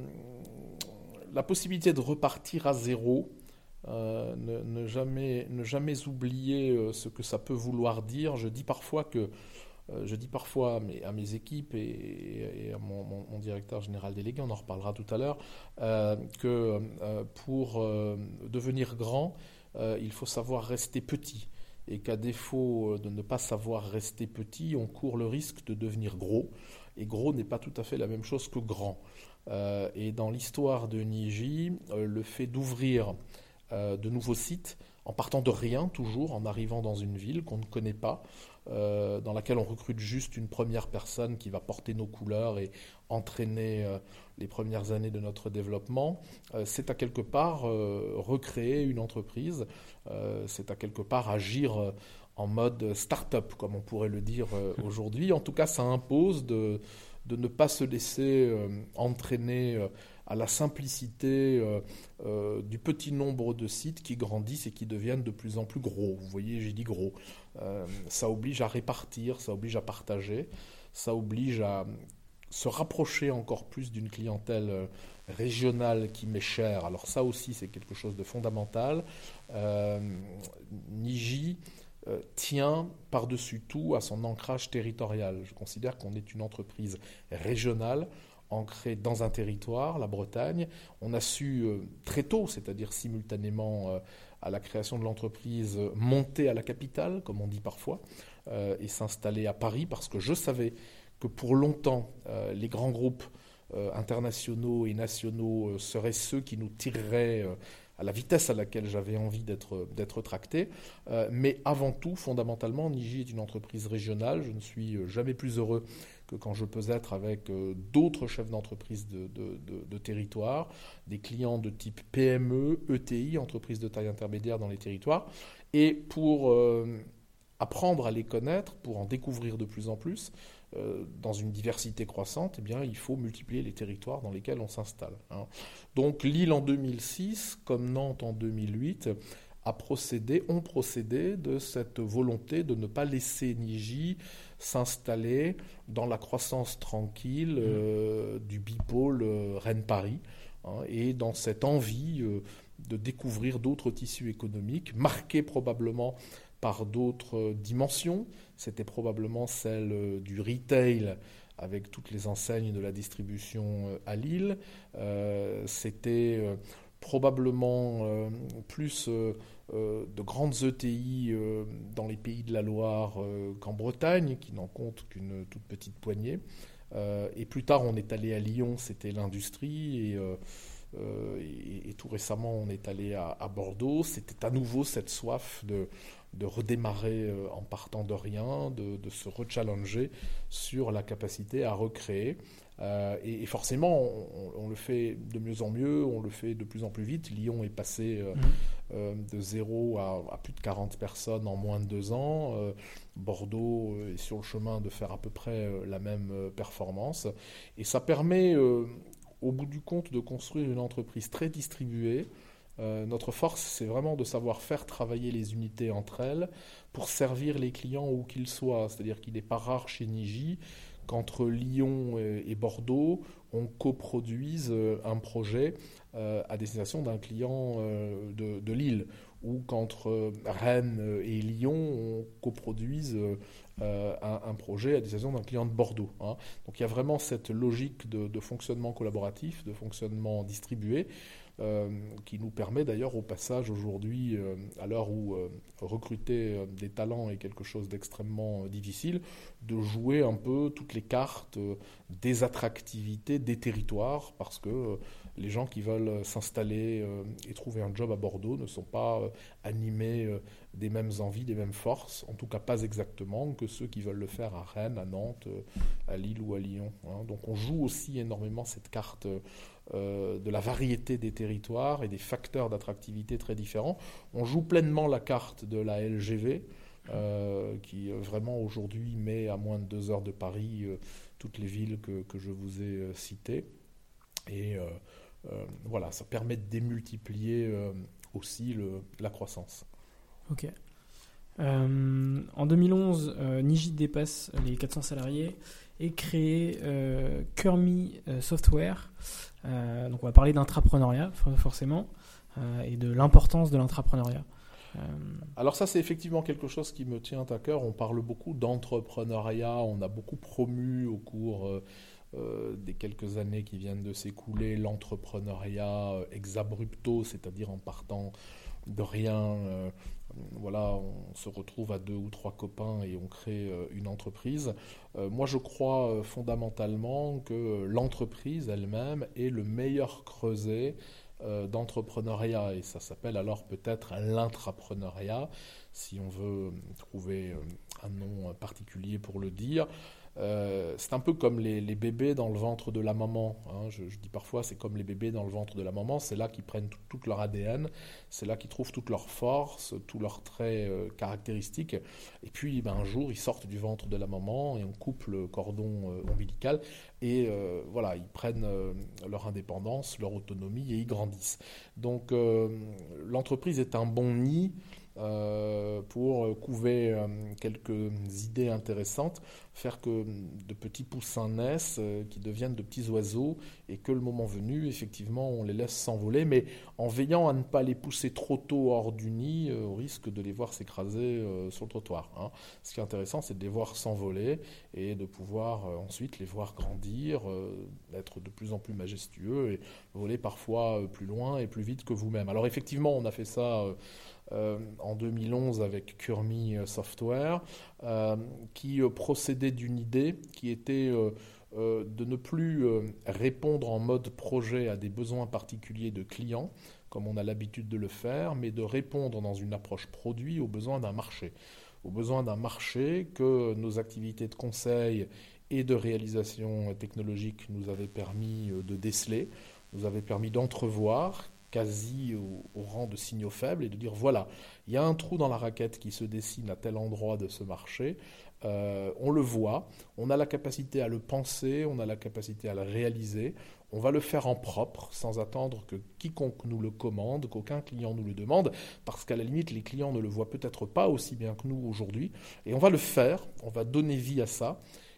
La possibilité de repartir à zéro, euh, ne, ne, jamais, ne jamais oublier euh, ce que ça peut vouloir dire. Je dis parfois que euh, je dis parfois à mes, à mes équipes et, et à mon, mon, mon directeur général délégué, on en reparlera tout à l'heure, euh, que euh, pour euh, devenir grand, euh, il faut savoir rester petit. Et qu'à défaut de ne pas savoir rester petit, on court le risque de devenir gros. Et gros n'est pas tout à fait la même chose que grand. Euh, et dans l'histoire de Niji, euh, le fait d'ouvrir euh, de nouveaux sites, en partant de rien toujours, en arrivant dans une ville qu'on ne connaît pas, euh, dans laquelle on recrute juste une première personne qui va porter nos couleurs et entraîner euh, les premières années de notre développement, euh, c'est à quelque part euh, recréer une entreprise, euh, c'est à quelque part agir euh, en mode start-up, comme on pourrait le dire euh, aujourd'hui. En tout cas, ça impose de, de ne pas se laisser euh, entraîner euh, à la simplicité euh, euh, du petit nombre de sites qui grandissent et qui deviennent de plus en plus gros. Vous voyez, j'ai dit gros. Euh, ça oblige à répartir, ça oblige à partager, ça oblige à se rapprocher encore plus d'une clientèle euh, régionale qui m'est chère. Alors ça aussi, c'est quelque chose de fondamental. Euh, Niji euh, tient par-dessus tout à son ancrage territorial. Je considère qu'on est une entreprise régionale, ancrée dans un territoire, la Bretagne. On a su euh, très tôt, c'est-à-dire simultanément euh, à la création de l'entreprise, euh, monter à la capitale, comme on dit parfois, euh, et s'installer à Paris, parce que je savais que pour longtemps, euh, les grands groupes euh, internationaux et nationaux euh, seraient ceux qui nous tireraient euh, à la vitesse à laquelle j'avais envie d'être, d'être tracté. Euh, mais avant tout, fondamentalement, Niji est une entreprise régionale. Je ne suis jamais plus heureux que quand je peux être avec euh, d'autres chefs d'entreprise de, de, de, de territoire, des clients de type P M E, E T I, entreprises de taille intermédiaire dans les territoires. Et pour euh, apprendre à les connaître, pour en découvrir de plus en plus, Euh, dans une diversité croissante, eh bien, il faut multiplier les territoires dans lesquels on s'installe. Hein. Donc Lille en deux mille six, comme Nantes en deux mille huit, a procédé, ont procédé de cette volonté de ne pas laisser Niji s'installer dans la croissance tranquille euh, du bipôle euh, Rennes-Paris. hein, et dans cette envie euh, de découvrir d'autres tissus économiques, marqués probablement par d'autres dimensions. C'était probablement celle du retail, avec toutes les enseignes de la distribution à Lille. Euh, c'était euh, probablement euh, plus euh, euh, de grandes E T I euh, dans les pays de la Loire euh, qu'en Bretagne, qui n'en comptent qu'une toute petite poignée. Euh, et plus tard, on est allé à Lyon, c'était l'industrie, et, euh, euh, et, et tout récemment, on est allé à, à Bordeaux. C'était à nouveau cette soif de de redémarrer en partant de rien, de, de se rechallenger sur la capacité à recréer. Euh, et, et forcément, on, on le fait de mieux en mieux, on le fait de plus en plus vite. Lyon est passé euh, mmh. euh, de zéro à, à plus de quarante personnes en moins de deux ans. Euh, Bordeaux est sur le chemin de faire à peu près euh, la même euh, performance. Et ça permet, euh, au bout du compte, de construire une entreprise très distribuée. Euh, notre force, c'est vraiment de savoir faire travailler les unités entre elles pour servir les clients où qu'ils soient. C'est-à-dire qu'il n'est pas rare chez Niji qu'entre Lyon et Bordeaux, on coproduise un projet euh, à destination d'un client euh, de, de Lille, ou qu'entre Rennes et Lyon, on coproduise euh, un, un projet à destination d'un client de Bordeaux. Hein. Donc il y a vraiment cette logique de, de fonctionnement collaboratif, de fonctionnement distribué, Euh, qui nous permet d'ailleurs au passage aujourd'hui, euh, à l'heure où euh, recruter euh, des talents est quelque chose d'extrêmement euh, difficile, de jouer un peu toutes les cartes euh, des attractivités des territoires, parce que euh, les gens qui veulent s'installer euh, et trouver un job à Bordeaux ne sont pas euh, animés euh, des mêmes envies, des mêmes forces, en tout cas pas exactement que ceux qui veulent le faire à Rennes, à Nantes, euh, à Lille ou à Lyon. Hein. Donc on joue aussi énormément cette carte euh, Euh, de la variété des territoires et des facteurs d'attractivité très différents. On joue pleinement la carte de la L G V, euh, qui euh, vraiment aujourd'hui met à moins de deux heures de Paris euh, toutes les villes que, que je vous ai euh, citées. Et euh, euh, voilà, ça permet de démultiplier euh, aussi le, la croissance. Ok. Euh, en deux mille onze, euh, Niji dépasse les quatre cents salariés et crée euh, Kurmi euh, Software. Euh, donc on va parler d'intrapreneuriat forcément euh, et de l'importance de l'intrapreneuriat. Euh... Alors ça, c'est effectivement quelque chose qui me tient à cœur. On parle beaucoup d'entrepreneuriat, on a beaucoup promu au cours euh, euh, des quelques années qui viennent de s'écouler l'entrepreneuriat euh, ex abrupto, c'est-à-dire en partant de rien. Euh, voilà, on se retrouve à deux ou trois copains et on crée euh, une entreprise. Euh, moi, je crois euh, fondamentalement que l'entreprise elle-même est le meilleur creuset euh, d'entrepreneuriat, et ça s'appelle alors peut-être l'intrapreneuriat, si on veut trouver euh, un nom particulier pour le dire. Euh, c'est un peu comme les, les bébés dans le ventre de la maman. Hein. Je, je dis parfois, c'est comme les bébés dans le ventre de la maman. C'est là qu'ils prennent tout, tout leur A D N, c'est là qu'ils trouvent toute leur force, tous leurs traits euh, caractéristiques. Et puis, ben, un jour, ils sortent du ventre de la maman et on coupe le cordon euh, ombilical. Et euh, voilà, ils prennent euh, leur indépendance, leur autonomie et ils grandissent. Donc, euh, l'entreprise est un bon nid Euh, pour couver euh, quelques idées intéressantes, faire que de petits poussins naissent, euh, qui deviennent de petits oiseaux, et que le moment venu, effectivement, on les laisse s'envoler, mais en veillant à ne pas les pousser trop tôt hors du nid, euh, au risque de les voir s'écraser euh, sur le trottoir. Hein. Ce qui est intéressant, c'est de les voir s'envoler et de pouvoir euh, ensuite les voir grandir, euh, être de plus en plus majestueux et voler parfois euh, plus loin et plus vite que vous-même. Alors effectivement, on a fait ça euh, Euh, en deux mille onze avec Kurmi Software, euh, qui euh, procédait d'une idée qui était euh, euh, de ne plus euh, répondre en mode projet à des besoins particuliers de clients, comme on a l'habitude de le faire, mais de répondre dans une approche produit aux besoins d'un marché. Aux besoins d'un marché que nos activités de conseil et de réalisation technologique nous avaient permis de déceler, nous avaient permis d'entrevoir, quasi au, au rang de signaux faibles, et de dire voilà, il y a un trou dans la raquette qui se dessine à tel endroit de ce marché, euh, on le voit, on a la capacité à le penser, on a la capacité à le réaliser, on va le faire en propre, sans attendre que quiconque nous le commande, qu'aucun client nous le demande, parce qu'à la limite, les clients ne le voient peut-être pas aussi bien que nous aujourd'hui, et on va le faire, on va donner vie à ça,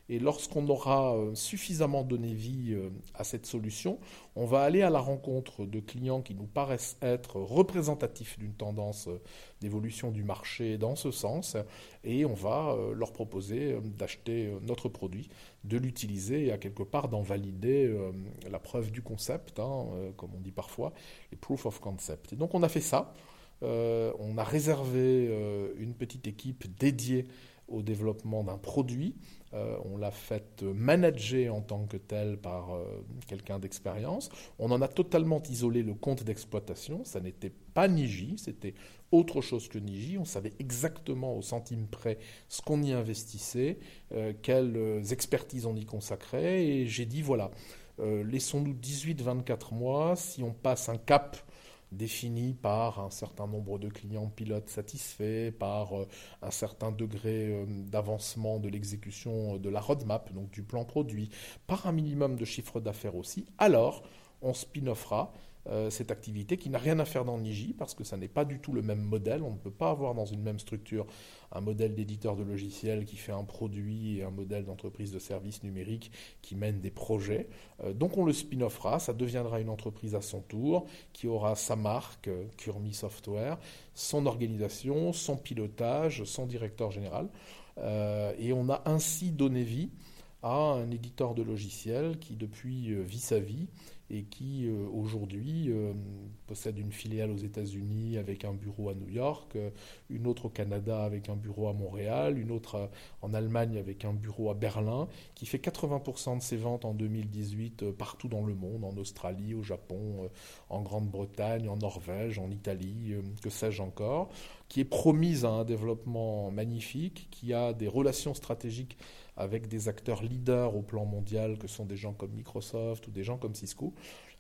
Et lorsqu'on aura suffisamment donné vie à cette solution, on va aller à la rencontre de clients qui nous paraissent être représentatifs d'une tendance d'évolution du marché dans ce sens, et on va leur proposer d'acheter notre produit, de l'utiliser et à quelque part d'en valider la preuve du concept, hein, comme on dit parfois, les proof of concept. Et donc on a fait ça. Euh, on a réservé euh, une petite équipe dédiée au développement d'un produit. Euh, on l'a fait manager en tant que tel par euh, quelqu'un d'expérience. On en a totalement isolé le compte d'exploitation. Ça n'était pas Niji, c'était autre chose que Niji. On savait exactement au centime près ce qu'on y investissait, euh, quelles expertises on y consacrait. Et j'ai dit, voilà, euh, laissons-nous dix-huit à vingt-quatre mois. Si on passe un cap défini par un certain nombre de clients pilotes satisfaits, par euh, un certain degré euh, d'avancement de l'exécution de la roadmap, donc du plan produit, par un minimum de chiffre d'affaires aussi, alors on spin-offera euh, cette activité qui n'a rien à faire dans Niji parce que ça n'est pas du tout le même modèle. On ne peut pas avoir dans une même structure un modèle d'éditeur de logiciels qui fait un produit et un modèle d'entreprise de services numériques qui mène des projets. Euh, donc on le spin-offera, ça deviendra une entreprise à son tour qui aura sa marque, euh, Kurmi Software, son organisation, son pilotage, son directeur général. Euh, et on a ainsi donné vie à un éditeur de logiciels qui depuis euh, vit sa vie et qui euh, aujourd'hui euh, possède une filiale aux États-Unis avec un bureau à New York, euh, une autre au Canada avec un bureau à Montréal, une autre euh, en Allemagne avec un bureau à Berlin, qui fait quatre-vingts pour cent de ses ventes en deux mille dix-huit euh, partout dans le monde, en Australie, au Japon, euh, en Grande-Bretagne, en Norvège, en Italie, euh, que sais-je encore, qui est promise à un développement magnifique, qui a des relations stratégiques avec des acteurs leaders au plan mondial que sont des gens comme Microsoft ou des gens comme Cisco,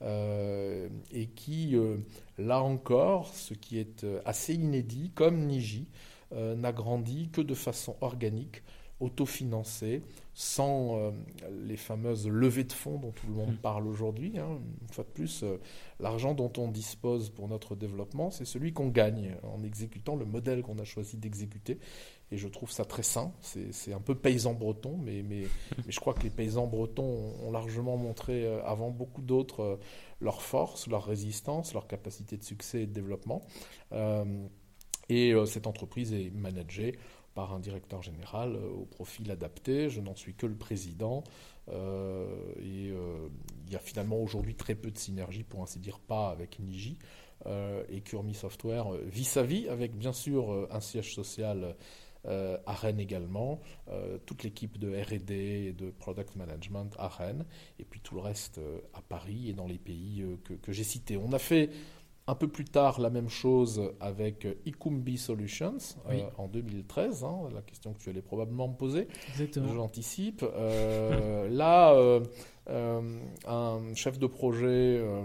euh, et qui, euh, là encore, ce qui est assez inédit, comme Niji, euh, n'a grandi que de façon organique, autofinancée, sans euh, les fameuses levées de fonds dont tout le monde parle aujourd'hui. Hein. Une fois de plus, euh, l'argent dont on dispose pour notre développement, c'est celui qu'on gagne en exécutant le modèle qu'on a choisi d'exécuter. Et je trouve ça très sain. C'est, c'est un peu paysan breton, mais, mais, mais je crois que les paysans bretons ont largement montré euh, avant beaucoup d'autres euh, leur force, leur résistance, leur capacité de succès et de développement. Euh, et euh, cette entreprise est managée par un directeur général euh, au profil adapté. Je n'en suis que le président. Euh, et euh, il y a finalement aujourd'hui très peu de synergie, pour ainsi dire, pas avec Niji. Euh, et Kurmi Software euh, vit sa vie avec bien sûr euh, un siège social Euh, à Rennes également, euh, toute l'équipe de R et D et de Product Management à Rennes, et puis tout le reste euh, à Paris et dans les pays euh, que, que j'ai cités. On a fait un peu plus tard la même chose avec euh, Ikumbi Solutions euh, oui. en deux mille treize, hein, la question que tu allais probablement me poser. Exactement. J'anticipe. Euh, là, euh, euh, un chef de projet, euh,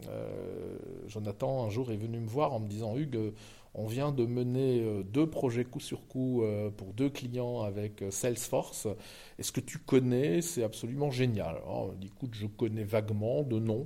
euh, Jonathan, un jour est venu me voir en me disant « Hugues, on vient de mener deux projets coup sur coup pour deux clients avec Salesforce. Est-ce que tu connais ? C'est absolument génial. » Alors, écoute, je connais vaguement de nom.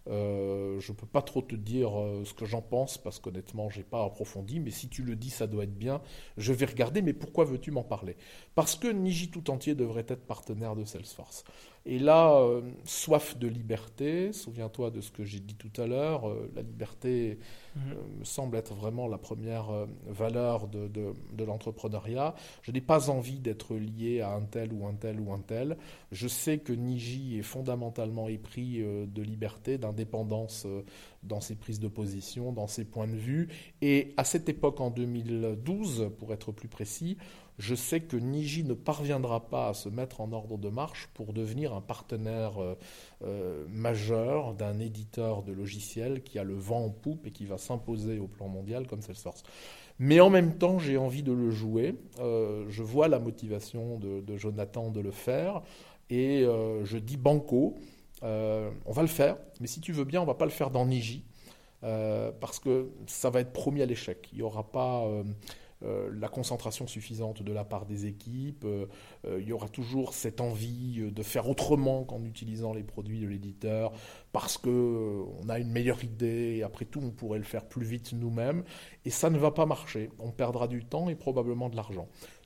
Euh, je ne peux pas trop te dire euh, ce que j'en pense parce qu'honnêtement, je n'ai pas approfondi. Mais si tu le dis, ça doit être bien. Je vais regarder. Mais pourquoi veux-tu m'en parler ? Parce que Niji tout entier devrait être partenaire de Salesforce. Et là, euh, soif de liberté, souviens-toi de ce que j'ai dit tout à l'heure, euh, la liberté mmh. euh, me semble être vraiment la première euh, valeur de, de, de l'entrepreneuriat. Je n'ai pas envie d'être lié à un tel ou un tel ou un tel. Je sais que Niji est fondamentalement épris euh, de liberté, d'indépendance euh, dans ses prises de position, dans ses points de vue. Et à cette époque, en deux mille douze, pour être plus précis, je sais que Niji ne parviendra pas à se mettre en ordre de marche pour devenir un partenaire euh, euh, majeur d'un éditeur de logiciels qui a le vent en poupe et qui va s'imposer au plan mondial comme Salesforce. Mais en même temps, j'ai envie de le jouer. Euh, je vois la motivation de, de Jonathan de le faire et euh, je dis banco, euh, on va le faire, mais si tu veux bien, on ne va pas le faire dans Niji euh, parce que ça va être promis à l'échec. Il n'y aura pas... Euh, Euh, la concentration suffisante de la part des équipes, euh, euh, il y aura toujours cette envie de faire autrement qu'en utilisant les produits de l'éditeur parce qu'on euh, a une meilleure idée et après tout on pourrait le faire plus vite nous-mêmes et ça ne va pas marcher, on perdra du temps et probablement de l'argent.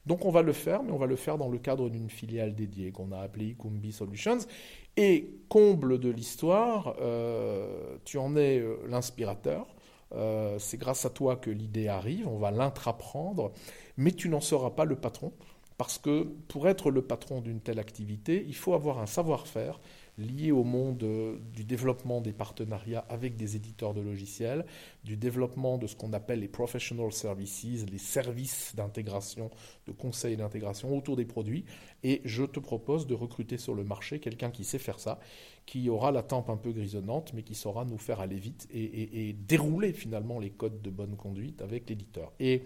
Donc on va le faire, mais on va le faire dans le cadre d'une filiale dédiée qu'on a appelée Ikumbi Solutions. Et comble de l'histoire, euh, tu en es euh, l'inspirateur. Euh, c'est grâce à toi que l'idée arrive, on va l'intraprendre, mais tu n'en seras pas le patron. Parce que pour être le patron d'une telle activité, il faut avoir un savoir-faire lié au monde du développement des partenariats avec des éditeurs de logiciels, du développement de ce qu'on appelle les professional services, les services d'intégration, de conseil et d'intégration autour des produits. Et je te propose de recruter sur le marché quelqu'un qui sait faire ça, qui aura la tempe un peu grisonnante, mais qui saura nous faire aller vite et, et, et dérouler finalement les codes de bonne conduite avec l'éditeur. Et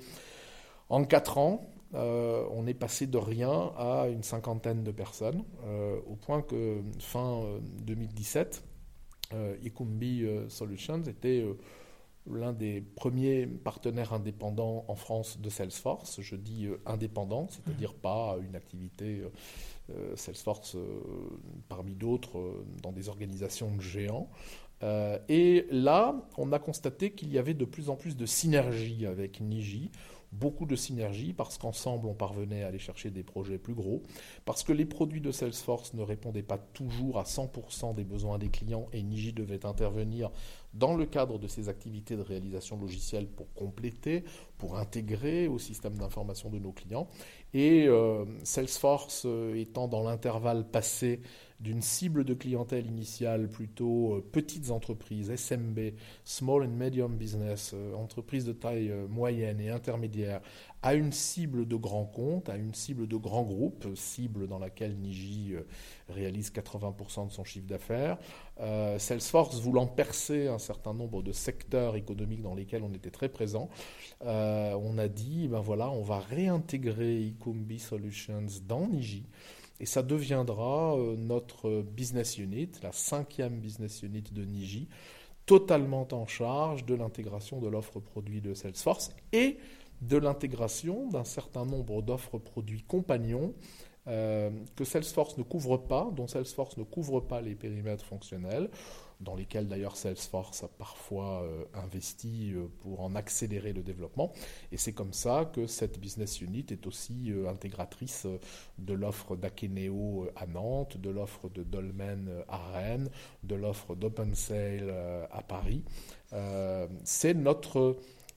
en quatre ans, Euh, on est passé de rien à une cinquantaine de personnes, euh, au point que fin euh, deux mille dix-sept, euh, Ikumbi euh, Solutions était euh, l'un des premiers partenaires indépendants en France de Salesforce. Je dis euh, indépendant, c'est-à-dire pas une activité euh, Salesforce euh, parmi d'autres euh, dans des organisations de géants. Euh, et là, on a constaté qu'il y avait de plus en plus de synergie avec Niji. Beaucoup de synergie parce qu'ensemble on parvenait à aller chercher des projets plus gros, parce que les produits de Salesforce ne répondaient pas toujours à cent pour cent des besoins des clients et Niji devait intervenir dans le cadre de ses activités de réalisation logicielle pour compléter, pour intégrer au système d'information de nos clients. Et euh, Salesforce euh, étant dans l'intervalle passé d'une cible de clientèle initiale plutôt euh, petites entreprises, S M B, Small and Medium Business, euh, entreprises de taille euh, moyenne et intermédiaire, à une cible de grands comptes, à une cible de grands groupes, cible dans laquelle Niji euh, réalise quatre-vingts pour cent de son chiffre d'affaires. Euh, Salesforce voulant percer un certain nombre de secteurs économiques dans lesquels on était très présent, euh, on a dit, ben voilà, on va réintégrer Ikumbi Solutions dans Niji. Et ça deviendra euh, notre business unit, la cinquième business unit de Niji, totalement en charge de l'intégration de l'offre produit de Salesforce et de l'intégration d'un certain nombre d'offres produits compagnons euh, que Salesforce ne couvre pas, dont Salesforce ne couvre pas les périmètres fonctionnels, dans lesquels d'ailleurs Salesforce a parfois euh, investi euh, pour en accélérer le développement. Et c'est comme ça que cette business unit est aussi euh, intégratrice euh, de l'offre d'Akeneo euh, à Nantes, de l'offre de Dolmen euh, à Rennes, de l'offre d'OpenSale euh, à Paris. Euh, c'est notre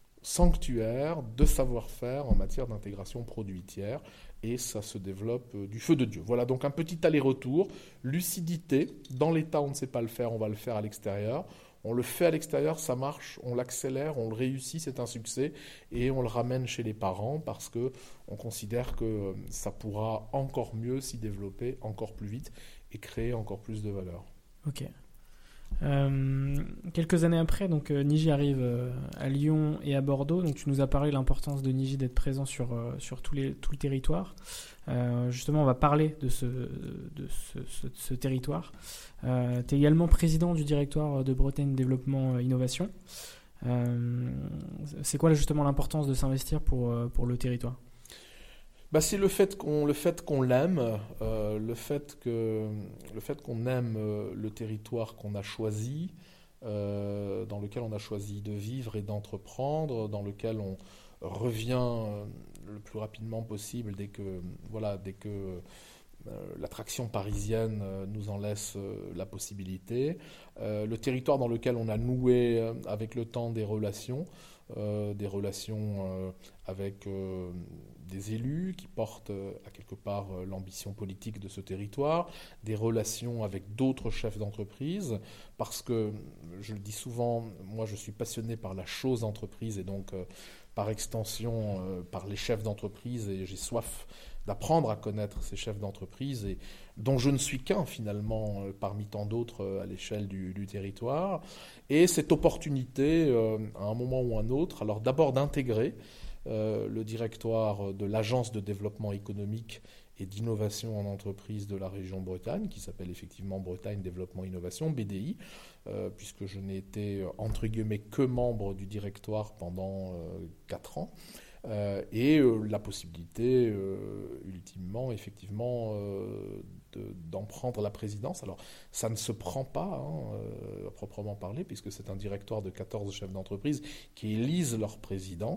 sanctuaire de savoir-faire en matière d'intégration produitière et ça se développe du feu de Dieu. Voilà donc un petit aller-retour, lucidité, dans l'État on ne sait pas le faire, on va le faire à l'extérieur, on le fait à l'extérieur, ça marche, on l'accélère, on le réussit, c'est un succès et on le ramène chez les parents parce qu'on considère que ça pourra encore mieux s'y développer, encore plus vite et créer encore plus de valeur. Ok. Euh, quelques années après, donc euh, Niji arrive euh, à Lyon et à Bordeaux. Donc tu nous as parlé de l'importance de Niji d'être présent sur euh, sur tous les tout le territoire. Euh, justement, on va parler de ce de ce, ce, ce territoire. Euh, tu es également président du directoire de Bretagne Développement Innovation. Euh, c'est quoi justement l'importance de s'investir pour pour le territoire? Bah, c'est le fait qu'on, le fait qu'on l'aime, euh, le, fait que, le fait qu'on aime euh, le territoire qu'on a choisi, euh, dans lequel on a choisi de vivre et d'entreprendre, dans lequel on revient euh, le plus rapidement possible dès que, voilà, dès que euh, l'attraction parisienne euh, nous en laisse euh, la possibilité. Euh, le territoire dans lequel on a noué euh, avec le temps des relations, euh, des relations euh, avec... Euh, des élus qui portent à quelque part l'ambition politique de ce territoire, des relations avec d'autres chefs d'entreprise, parce que, je le dis souvent, moi je suis passionné par la chose entreprise et donc euh, par extension euh, par les chefs d'entreprise et j'ai soif d'apprendre à connaître ces chefs d'entreprise et dont je ne suis qu'un finalement euh, parmi tant d'autres euh, à l'échelle du, du territoire. Et cette opportunité, euh, à un moment ou un autre, alors d'abord d'intégrer Euh, le directoire de l'Agence de développement économique et d'innovation en entreprise de la région Bretagne, qui s'appelle effectivement Bretagne Développement Innovation, B D I, euh, puisque je n'ai été, entre guillemets, que membre du directoire pendant euh, quatre ans. Euh, et euh, la possibilité, euh, ultimement, effectivement, euh, de, d'en prendre la présidence. Alors, ça ne se prend pas, hein, euh, à proprement parler, puisque c'est un directoire de quatorze chefs d'entreprise qui élisent leur président.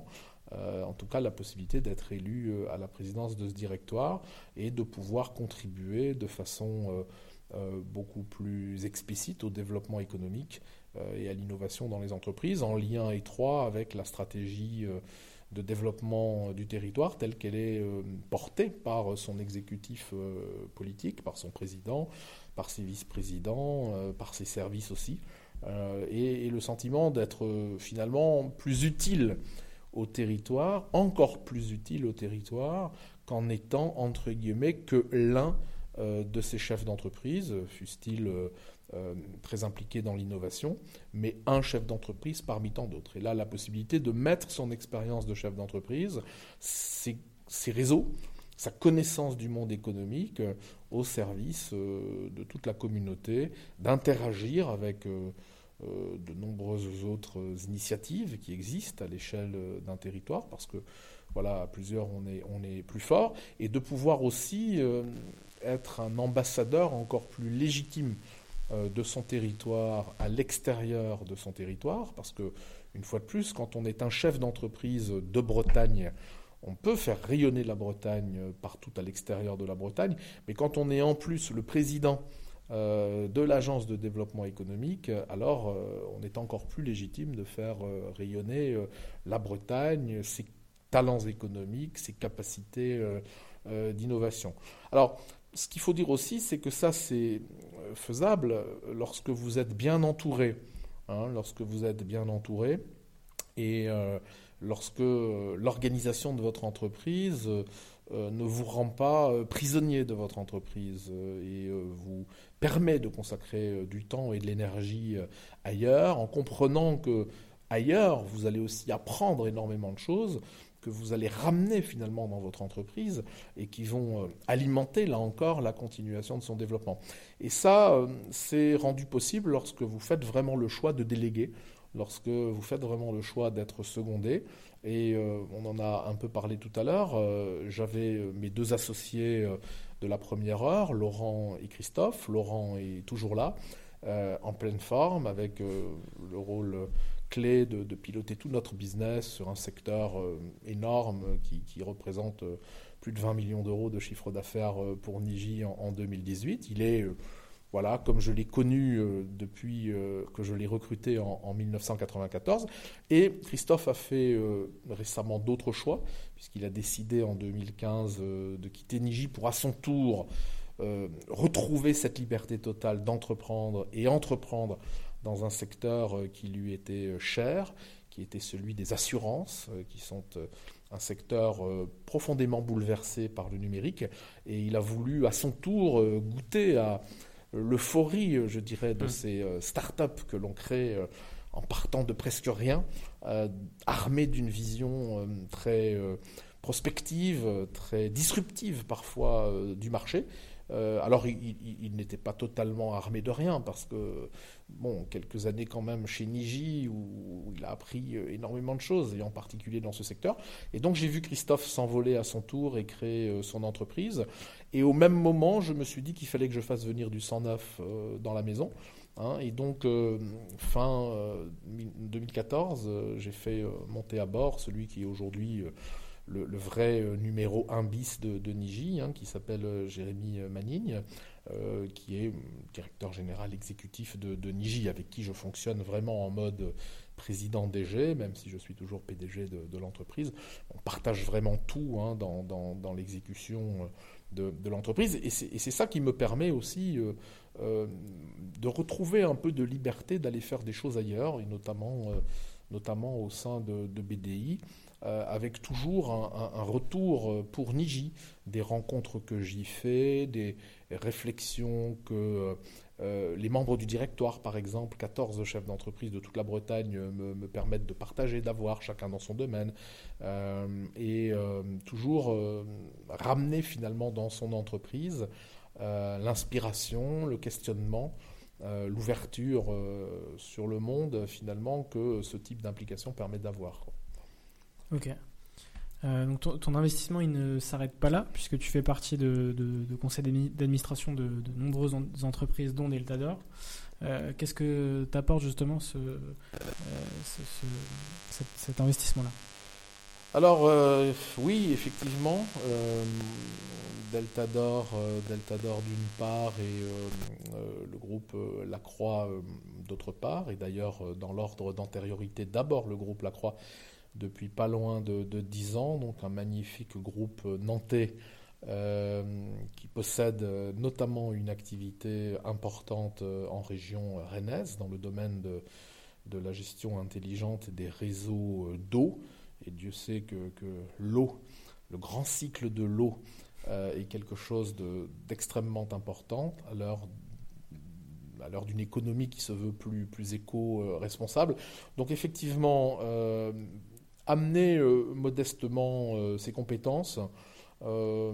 euh, en tout cas la possibilité d'être élu euh, à la présidence de ce directoire et de pouvoir contribuer de façon euh, euh, beaucoup plus explicite au développement économique euh, et à l'innovation dans les entreprises, en lien étroit avec la stratégie euh, de développement du territoire telle qu'elle est euh, portée par son exécutif euh, politique, par son président, par ses vice-présidents, euh, par ses services aussi, euh, et, et le sentiment d'être euh, finalement plus utile au territoire, encore plus utile au territoire qu'en étant, entre guillemets, que l'un euh, de ces chefs d'entreprise, fût-il euh, euh, très impliqué dans l'innovation, mais un chef d'entreprise parmi tant d'autres. Et là, la possibilité de mettre son expérience de chef d'entreprise, ses, ses réseaux, sa connaissance du monde économique euh, au service euh, de toute la communauté, d'interagir avec euh, euh, de nombreuses autres initiatives qui existent à l'échelle euh, d'un territoire, parce que voilà, à plusieurs, on est, on est plus fort, et de pouvoir aussi euh, être un ambassadeur encore plus légitime euh, de son territoire à l'extérieur de son territoire, parce que, une fois de plus, quand on est un chef d'entreprise de Bretagne, on peut faire rayonner la Bretagne partout à l'extérieur de la Bretagne, mais quand on est en plus le président euh, de l'Agence de développement économique, alors euh, on est encore plus légitime de faire euh, rayonner euh, la Bretagne, ses talents économiques, ses capacités euh, euh, d'innovation. Alors, ce qu'il faut dire aussi, c'est que ça, c'est faisable lorsque vous êtes bien entouré, hein, lorsque vous êtes bien entouré, et euh, lorsque l'organisation de votre entreprise euh, ne vous rend pas euh, prisonnier de votre entreprise euh, et euh, vous permet de consacrer euh, du temps et de l'énergie euh, ailleurs, en comprenant que ailleurs, vous allez aussi apprendre énormément de choses que vous allez ramener finalement dans votre entreprise et qui vont euh, alimenter, là encore, la continuation de son développement. Et ça, euh, c'est rendu possible lorsque vous faites vraiment le choix de déléguer, lorsque vous faites vraiment le choix d'être secondé. Et euh, on en a un peu parlé tout à l'heure. Euh, j'avais mes deux associés euh, de la première heure, Laurent et Christophe. Laurent est toujours là, euh, en pleine forme, avec euh, le rôle clé de, de piloter tout notre business sur un secteur euh, énorme qui, qui représente euh, plus de vingt millions d'euros de chiffre d'affaires euh, pour Niji en, en deux mille dix-huit. Il est... Euh, Voilà, comme je l'ai connu euh, depuis euh, que je l'ai recruté en, en mille neuf cent quatre-vingt-quatorze. Et Christophe a fait euh, récemment d'autres choix, puisqu'il a décidé en deux mille quinze euh, de quitter Niji pour à son tour euh, retrouver cette liberté totale d'entreprendre et entreprendre dans un secteur euh, qui lui était cher, qui était celui des assurances, euh, qui sont euh, un secteur euh, profondément bouleversé par le numérique. Et il a voulu à son tour euh, goûter à l'euphorie, je dirais, de mmh. ces euh, startups que l'on crée euh, en partant de presque rien, euh, armés d'une vision euh, très euh, prospective, très disruptive parfois euh, du marché. Euh, alors, il, il, il n'était pas totalement armé de rien, parce que, bon, quelques années quand même chez Niji, où, où il a appris énormément de choses, et en particulier dans ce secteur. Et donc, j'ai vu Christophe s'envoler à son tour et créer euh, son entreprise. Et au même moment, je me suis dit qu'il fallait que je fasse venir du sang neuf euh, dans la maison. Hein, et donc, euh, fin euh, deux mille quatorze, euh, j'ai fait euh, monter à bord celui qui est aujourd'hui... Euh, Le, le vrai euh, numéro un bis de, de Niji, hein, qui s'appelle euh, Jérémy Manigne, euh, qui est directeur général exécutif de, de Niji, avec qui je fonctionne vraiment en mode président D G, même si je suis toujours P D G de, de l'entreprise. On partage vraiment tout hein, dans, dans, dans l'exécution de, de l'entreprise, et c'est, et c'est ça qui me permet aussi euh, euh, de retrouver un peu de liberté d'aller faire des choses ailleurs, et notamment, euh, notamment au sein de, de B D I, Euh, avec toujours un, un, un retour pour Niji, des rencontres que j'y fais, des réflexions que euh, les membres du directoire, par exemple, quatorze chefs d'entreprise de toute la Bretagne me, me permettent de partager, d'avoir chacun dans son domaine, euh, et euh, toujours euh, ramener finalement dans son entreprise euh, l'inspiration, le questionnement, euh, l'ouverture euh, sur le monde finalement que ce type d'implication permet d'avoir, quoi. Ok. Euh, donc ton, ton investissement, il ne s'arrête pas là, puisque tu fais partie de, de, de conseils d'administration de, de nombreuses en, entreprises, dont Deltador. Euh, qu'est-ce que t'apporte justement ce, euh, ce, ce, cet, cet investissement-là ? Alors, euh, oui, effectivement, euh, Delta d'Or, euh, Delta d'Or d'une part et euh, euh, le groupe euh, Lacroix euh, d'autre part. Et d'ailleurs, euh, dans l'ordre d'antériorité, d'abord le groupe Lacroix depuis pas loin de, de dix ans, donc un magnifique groupe euh, nantais euh, qui possède euh, notamment une activité importante euh, en région rennaise dans le domaine de, de la gestion intelligente des réseaux euh, d'eau. Et Dieu sait que, que l'eau, le grand cycle de l'eau, euh, est quelque chose de, d'extrêmement important à l'heure, à l'heure d'une économie qui se veut plus, plus éco-responsable. Donc effectivement, euh, amener euh, modestement euh, ses compétences, euh,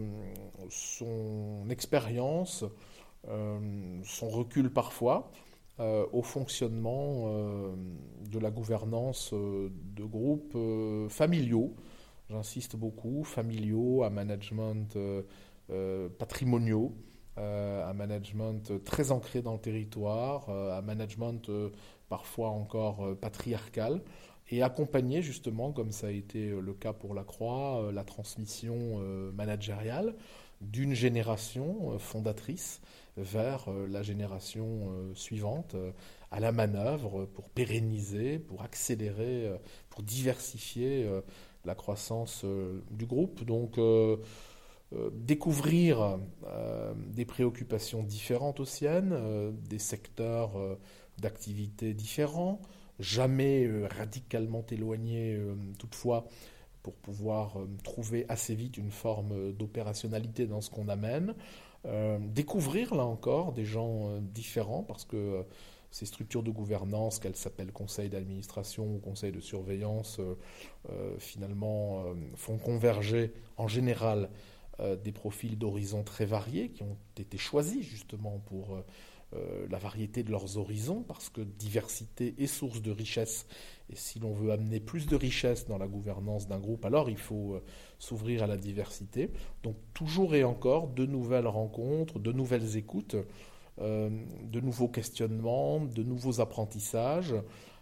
son expérience, euh, son recul parfois, euh, au fonctionnement euh, de la gouvernance euh, de groupes euh, familiaux. J'insiste beaucoup, familiaux, à management euh, euh, patrimoniaux, euh, à management très ancré dans le territoire, euh, à management euh, parfois encore euh, patriarcal, et accompagner justement, comme ça a été le cas pour la Croix, euh, la transmission euh, managériale d'une génération euh, fondatrice vers euh, la génération euh, suivante, euh, à la manœuvre pour pérenniser, pour accélérer, euh, pour diversifier euh, la croissance euh, du groupe. Donc, euh, euh, découvrir euh, des préoccupations différentes aux siennes, euh, des secteurs euh, d'activité différents, jamais euh, radicalement éloignés euh, toutefois, pour pouvoir euh, trouver assez vite une forme euh, d'opérationnalité dans ce qu'on amène. Euh, découvrir, là encore, des gens euh, différents, parce que euh, ces structures de gouvernance, qu'elles s'appellent conseil d'administration ou conseil de surveillance, euh, euh, finalement euh, font converger en général euh, des profils d'horizons très variés qui ont été choisis justement pour euh, euh, la variété de leurs horizons, parce que diversité est source de richesse. Et si l'on veut amener plus de richesse dans la gouvernance d'un groupe, alors il faut euh, s'ouvrir à la diversité. Donc toujours et encore, de nouvelles rencontres, de nouvelles écoutes, euh, de nouveaux questionnements, de nouveaux apprentissages,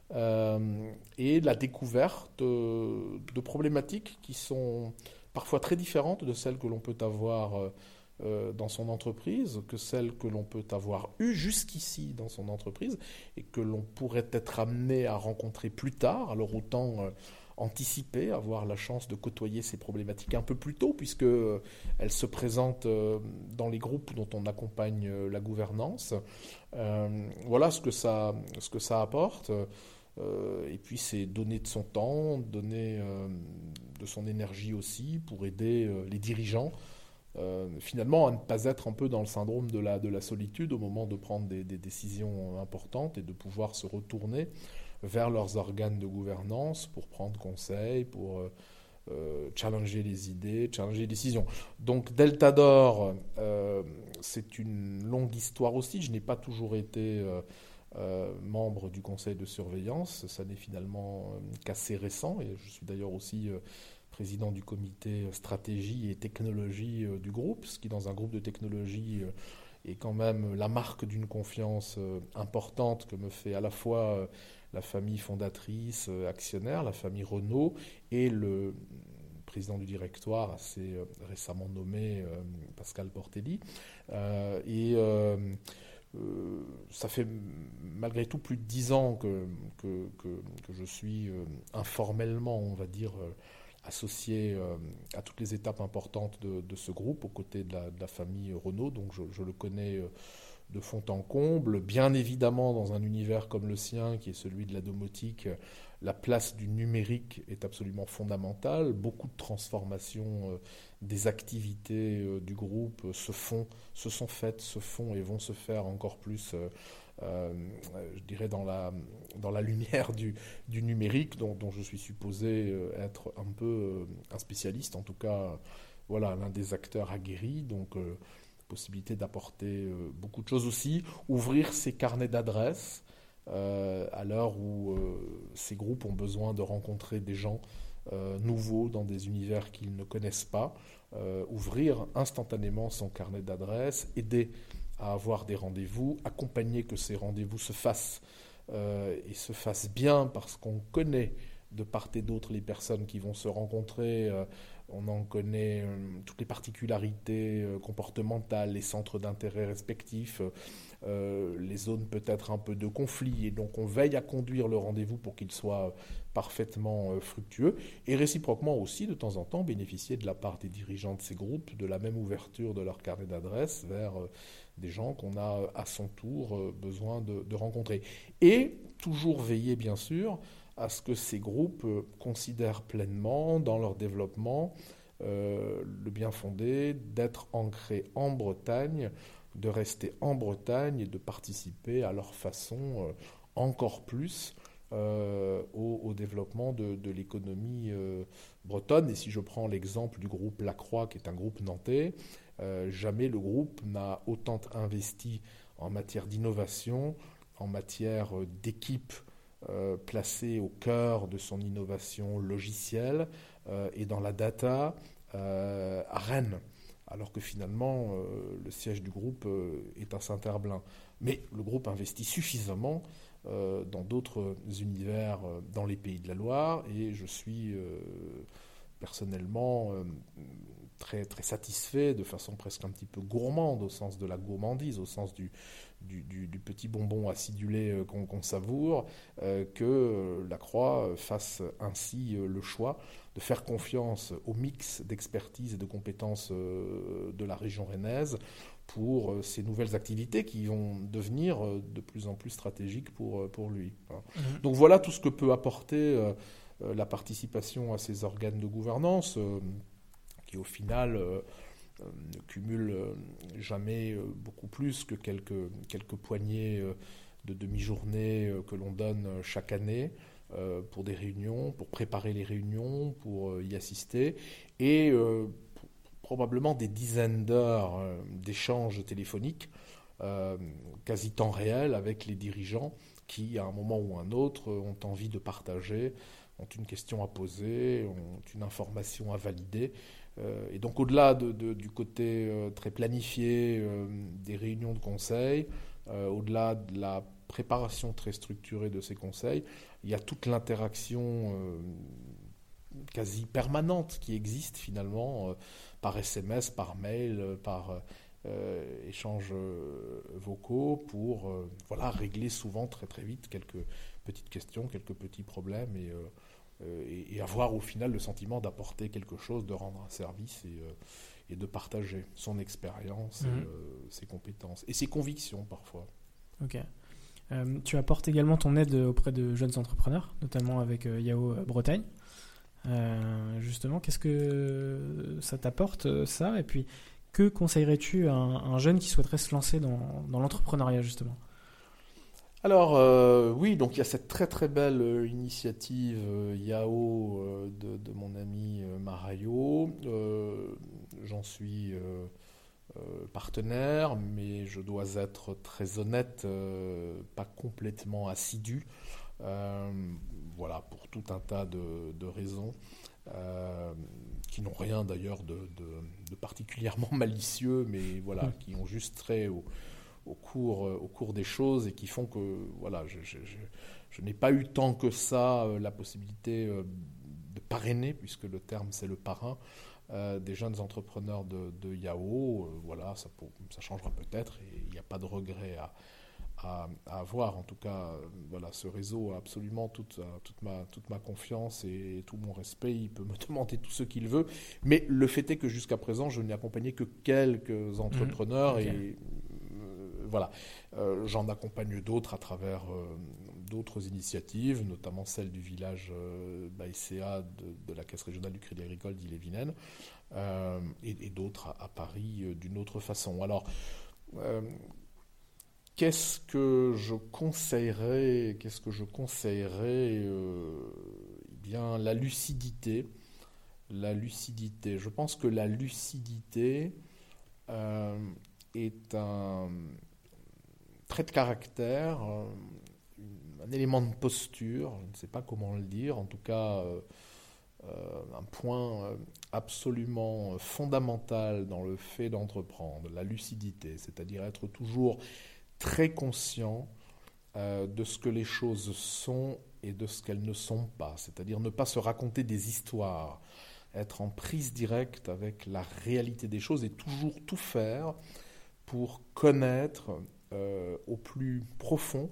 euh, et la découverte euh, de problématiques qui sont parfois très différentes de celles que l'on peut avoir euh, euh, dans son entreprise, que celles que l'on peut avoir eues jusqu'ici dans son entreprise et que l'on pourrait être amené à rencontrer plus tard. Alors autant euh, anticiper, avoir la chance de côtoyer ces problématiques un peu plus tôt, puisque euh, elles se présentent euh, dans les groupes dont on accompagne euh, la gouvernance. Euh, voilà ce que ça, ce que ça apporte. Euh, et puis c'est donner de son temps, donner euh, de son énergie aussi pour aider euh, les dirigeants euh, finalement à ne pas être un peu dans le syndrome de la, de la solitude au moment de prendre des, des décisions importantes et de pouvoir se retourner vers leurs organes de gouvernance pour prendre conseil, pour euh, euh, challenger les idées, challenger les décisions. Donc Delta d'Or, euh, c'est une longue histoire aussi. Je n'ai pas toujours été euh, euh, membre du conseil de surveillance. Ça n'est finalement euh, qu'assez récent. Et je suis d'ailleurs aussi euh, président du comité stratégie et technologie euh, du groupe, ce qui dans un groupe de technologie euh, est quand même la marque d'une confiance euh, importante que me fait à la fois euh, la famille fondatrice, euh, actionnaire, la famille Renault, et le président du directoire assez euh, récemment nommé euh, Pascal Portelli. Euh, et euh, euh, ça fait malgré tout plus de dix ans que, que, que, que je suis euh, informellement, on va dire, euh, associé euh, à toutes les étapes importantes de, de ce groupe, aux côtés de la, de la famille Renault, donc je, je le connais euh, de fond en comble. Bien évidemment, dans un univers comme le sien, qui est celui de la domotique, la place du numérique est absolument fondamentale. Beaucoup de transformations euh, des activités euh, du groupe se font, se sont faites, se font et vont se faire encore plus, euh, euh, je dirais, dans la, dans la lumière du, du numérique, dont, dont je suis supposé euh, être un peu euh, un spécialiste, en tout cas, voilà, l'un des acteurs aguerris. Donc, euh, possibilité d'apporter euh, beaucoup de choses aussi, ouvrir ses carnets d'adresses euh, à l'heure où euh, ces groupes ont besoin de rencontrer des gens euh, nouveaux dans des univers qu'ils ne connaissent pas, euh, ouvrir instantanément son carnet d'adresses, aider à avoir des rendez-vous, accompagner que ces rendez-vous se fassent euh, et se fassent bien parce qu'on connaît de part et d'autre les personnes qui vont se rencontrer. Euh, on en connaît euh, toutes les particularités euh, comportementales, les centres d'intérêt respectifs, euh, les zones peut-être un peu de conflit. Et donc on veille à conduire le rendez-vous pour qu'il soit parfaitement euh, fructueux. Et réciproquement aussi, de temps en temps, bénéficier de la part des dirigeants de ces groupes de la même ouverture de leur carnet d'adresses vers euh, des gens qu'on a à son tour euh, besoin de, de rencontrer. Et toujours veiller, bien sûr, à ce que ces groupes considèrent pleinement dans leur développement euh, le bien fondé d'être ancrés en Bretagne, de rester en Bretagne et de participer à leur façon euh, encore plus euh, au, au développement de, de l'économie euh, bretonne. Et si je prends l'exemple du groupe Lacroix, qui est un groupe nantais, euh, jamais le groupe n'a autant investi en matière d'innovation, en matière d'équipe, Euh, placé au cœur de son innovation logicielle euh, et dans la data euh, à Rennes, alors que finalement euh, le siège du groupe euh, est à Saint-Herblain. Mais le groupe investit suffisamment euh, dans d'autres univers euh, dans les Pays de la Loire, et je suis euh, personnellement euh, très, très satisfait, de façon presque un petit peu gourmande, au sens de la gourmandise, au sens du Du, du, du petit bonbon acidulé euh, qu'on, qu'on savoure, euh, que euh, Lacroix fasse ainsi euh, le choix de faire confiance au mix d'expertise et de compétences euh, de la région rennaise pour euh, ces nouvelles activités qui vont devenir euh, de plus en plus stratégiques pour, euh, pour lui. Hein. Mmh. Donc voilà tout ce que peut apporter euh, euh, la participation à ces organes de gouvernance euh, qui au final... Euh, ne cumule jamais beaucoup plus que quelques, quelques poignées de demi-journée que l'on donne chaque année pour des réunions, pour préparer les réunions, pour y assister, et probablement des dizaines d'heures d'échanges téléphoniques quasi temps réel avec les dirigeants qui, à un moment ou un autre, ont envie de partager, ont une question à poser, ont une information à valider. Euh, et donc au-delà de, de, du côté euh, très planifié euh, des réunions de conseil, euh, au-delà de la préparation très structurée de ces conseils, il y a toute l'interaction euh, quasi permanente qui existe finalement euh, par S M S, par mail, euh, par euh, échanges euh, vocaux pour euh, voilà, régler souvent très très vite quelques petites questions, quelques petits problèmes et euh, Et, et avoir au final le sentiment d'apporter quelque chose, de rendre un service et, euh, et de partager son expérience, mmh. et, euh, ses compétences et ses convictions parfois. Ok. Euh, tu apportes également ton aide auprès de jeunes entrepreneurs, notamment avec euh, Yao Bretagne. Euh, justement, qu'est-ce que ça t'apporte, ça? Et puis, que conseillerais-tu à un, un jeune qui souhaiterait se lancer dans, dans l'entrepreneuriat, justement? Alors euh, oui, donc il y a cette très très belle euh, initiative euh, Yao euh, de, de mon ami euh, Marayo. Euh, j'en suis euh, euh, partenaire, mais je dois être très honnête, euh, pas complètement assidu. Euh, voilà, pour tout un tas de, de raisons euh, qui n'ont rien d'ailleurs de, de, de particulièrement malicieux, mais voilà, mmh. qui ont juste trait au Au cours, au cours des choses et qui font que voilà, je, je, je, je n'ai pas eu tant que ça euh, la possibilité euh, de parrainer, puisque le terme c'est le parrain, euh, des jeunes entrepreneurs de, de Yao. Euh, voilà, ça, pour, ça changera peut-être et il n'y a pas de regret à, à, à avoir. En tout cas, euh, voilà, ce réseau a absolument toute, toute, ma, toute ma confiance et tout mon respect. Il peut me demander tout ce qu'il veut. Mais le fait est que jusqu'à présent, je n'ai accompagné que quelques entrepreneurs mmh, okay. et Voilà, euh, j'en accompagne d'autres à travers euh, d'autres initiatives, notamment celle du village euh, Baïséa de, de la Caisse régionale du Crédit Agricole d'Ille-et-Vilaine, euh, et, et d'autres à, à Paris euh, d'une autre façon. Alors, euh, qu'est-ce que je conseillerais Qu'est-ce que je conseillerais euh, Eh bien, la lucidité. La lucidité. Je pense que la lucidité euh, est un trait de caractère, un élément de posture, je ne sais pas comment le dire, en tout cas euh, un point absolument fondamental dans le fait d'entreprendre, la lucidité, c'est-à-dire être toujours très conscient euh, de ce que les choses sont et de ce qu'elles ne sont pas, c'est-à-dire ne pas se raconter des histoires, être en prise directe avec la réalité des choses et toujours tout faire pour connaître euh, au plus profond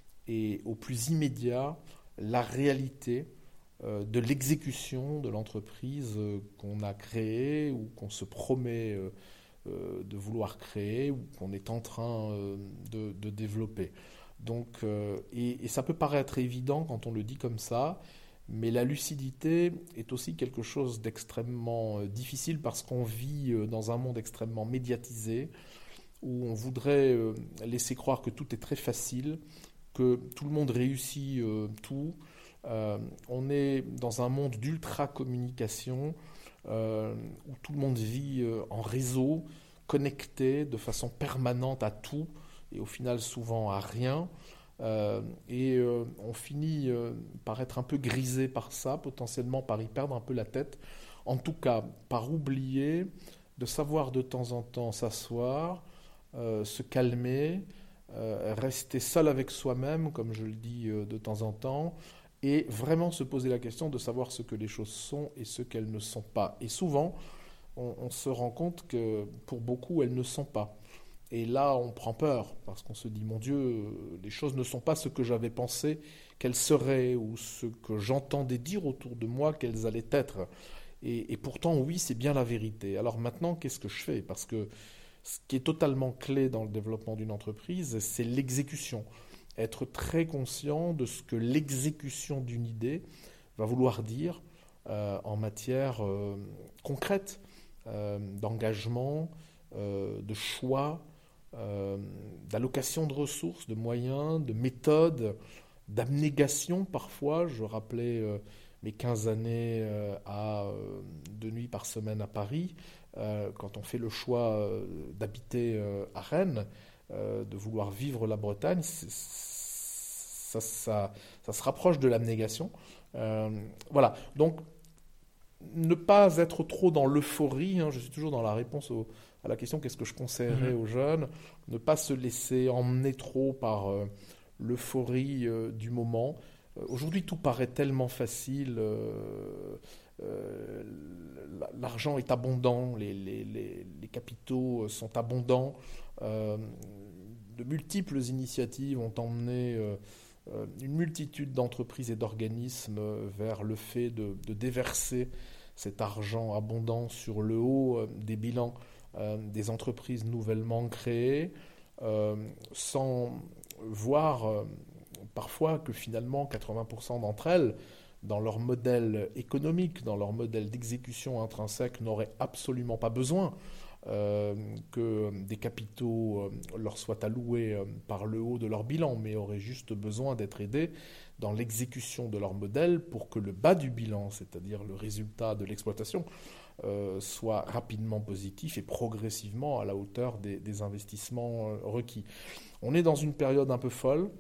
et au plus immédiat la réalité euh, de l'exécution de l'entreprise euh, qu'on a créée ou qu'on se promet euh, euh, de vouloir créer ou qu'on est en train euh, de, de développer. Donc, euh, et, et ça peut paraître évident quand on le dit comme ça, mais la lucidité est aussi quelque chose d'extrêmement euh, difficile parce qu'on vit euh, dans un monde extrêmement médiatisé où on voudrait euh, laisser croire que tout est très facile, que tout le monde réussit euh, tout. Euh, on est dans un monde d'ultra-communication euh, où tout le monde vit euh, en réseau, connecté de façon permanente à tout et au final souvent à rien. Euh, et euh, on finit euh, par être un peu grisé par ça, potentiellement par y perdre un peu la tête. En tout cas, par oublier de savoir de temps en temps s'asseoir, euh, se calmer, euh, rester seul avec soi-même, comme je le dis euh, de temps en temps, et vraiment se poser la question de savoir ce que les choses sont et ce qu'elles ne sont pas. Et souvent, on, on se rend compte que pour beaucoup, elles ne sont pas. Et là, on prend peur, parce qu'on se dit, mon Dieu, les choses ne sont pas ce que j'avais pensé qu'elles seraient, ou ce que j'entendais dire autour de moi qu'elles allaient être. Et, et pourtant, oui, c'est bien la vérité. Alors maintenant, qu'est-ce que je fais ? Parce que ce qui est totalement clé dans le développement d'une entreprise, c'est l'exécution. Être très conscient de ce que l'exécution d'une idée va vouloir dire euh, en matière euh, concrète, euh, d'engagement, euh, de choix, Euh, d'allocation de ressources, de moyens, de méthodes, d'abnégation parfois. Je rappelais euh, mes quinze années euh, à euh, deux nuits par semaine à Paris, euh, quand on fait le choix euh, d'habiter euh, à Rennes, euh, de vouloir vivre la Bretagne, ça, ça, ça se rapproche de l'abnégation. Euh, voilà, donc ne pas être trop dans l'euphorie, hein, je suis toujours dans la réponse au à la question qu'est-ce que je conseillerais aux jeunes, ne pas se laisser emmener trop par euh, l'euphorie euh, du moment. Euh, aujourd'hui, tout paraît tellement facile, euh, euh, l'argent est abondant, les, les, les, les capitaux sont abondants, euh, de multiples initiatives ont emmené euh, une multitude d'entreprises et d'organismes vers le fait de, de déverser cet argent abondant sur le haut des bilans Euh, des entreprises nouvellement créées, euh, sans voir euh, parfois que finalement quatre-vingts pour cent d'entre elles, dans leur modèle économique, dans leur modèle d'exécution intrinsèque, n'auraient absolument pas besoin euh, que des capitaux euh, leur soient alloués euh, par le haut de leur bilan, mais auraient juste besoin d'être aidés dans l'exécution de leur modèle pour que le bas du bilan, c'est-à-dire le résultat de l'exploitation, Euh, soit rapidement positif et progressivement à la hauteur des, des investissements euh, requis. On est dans une période un peu folle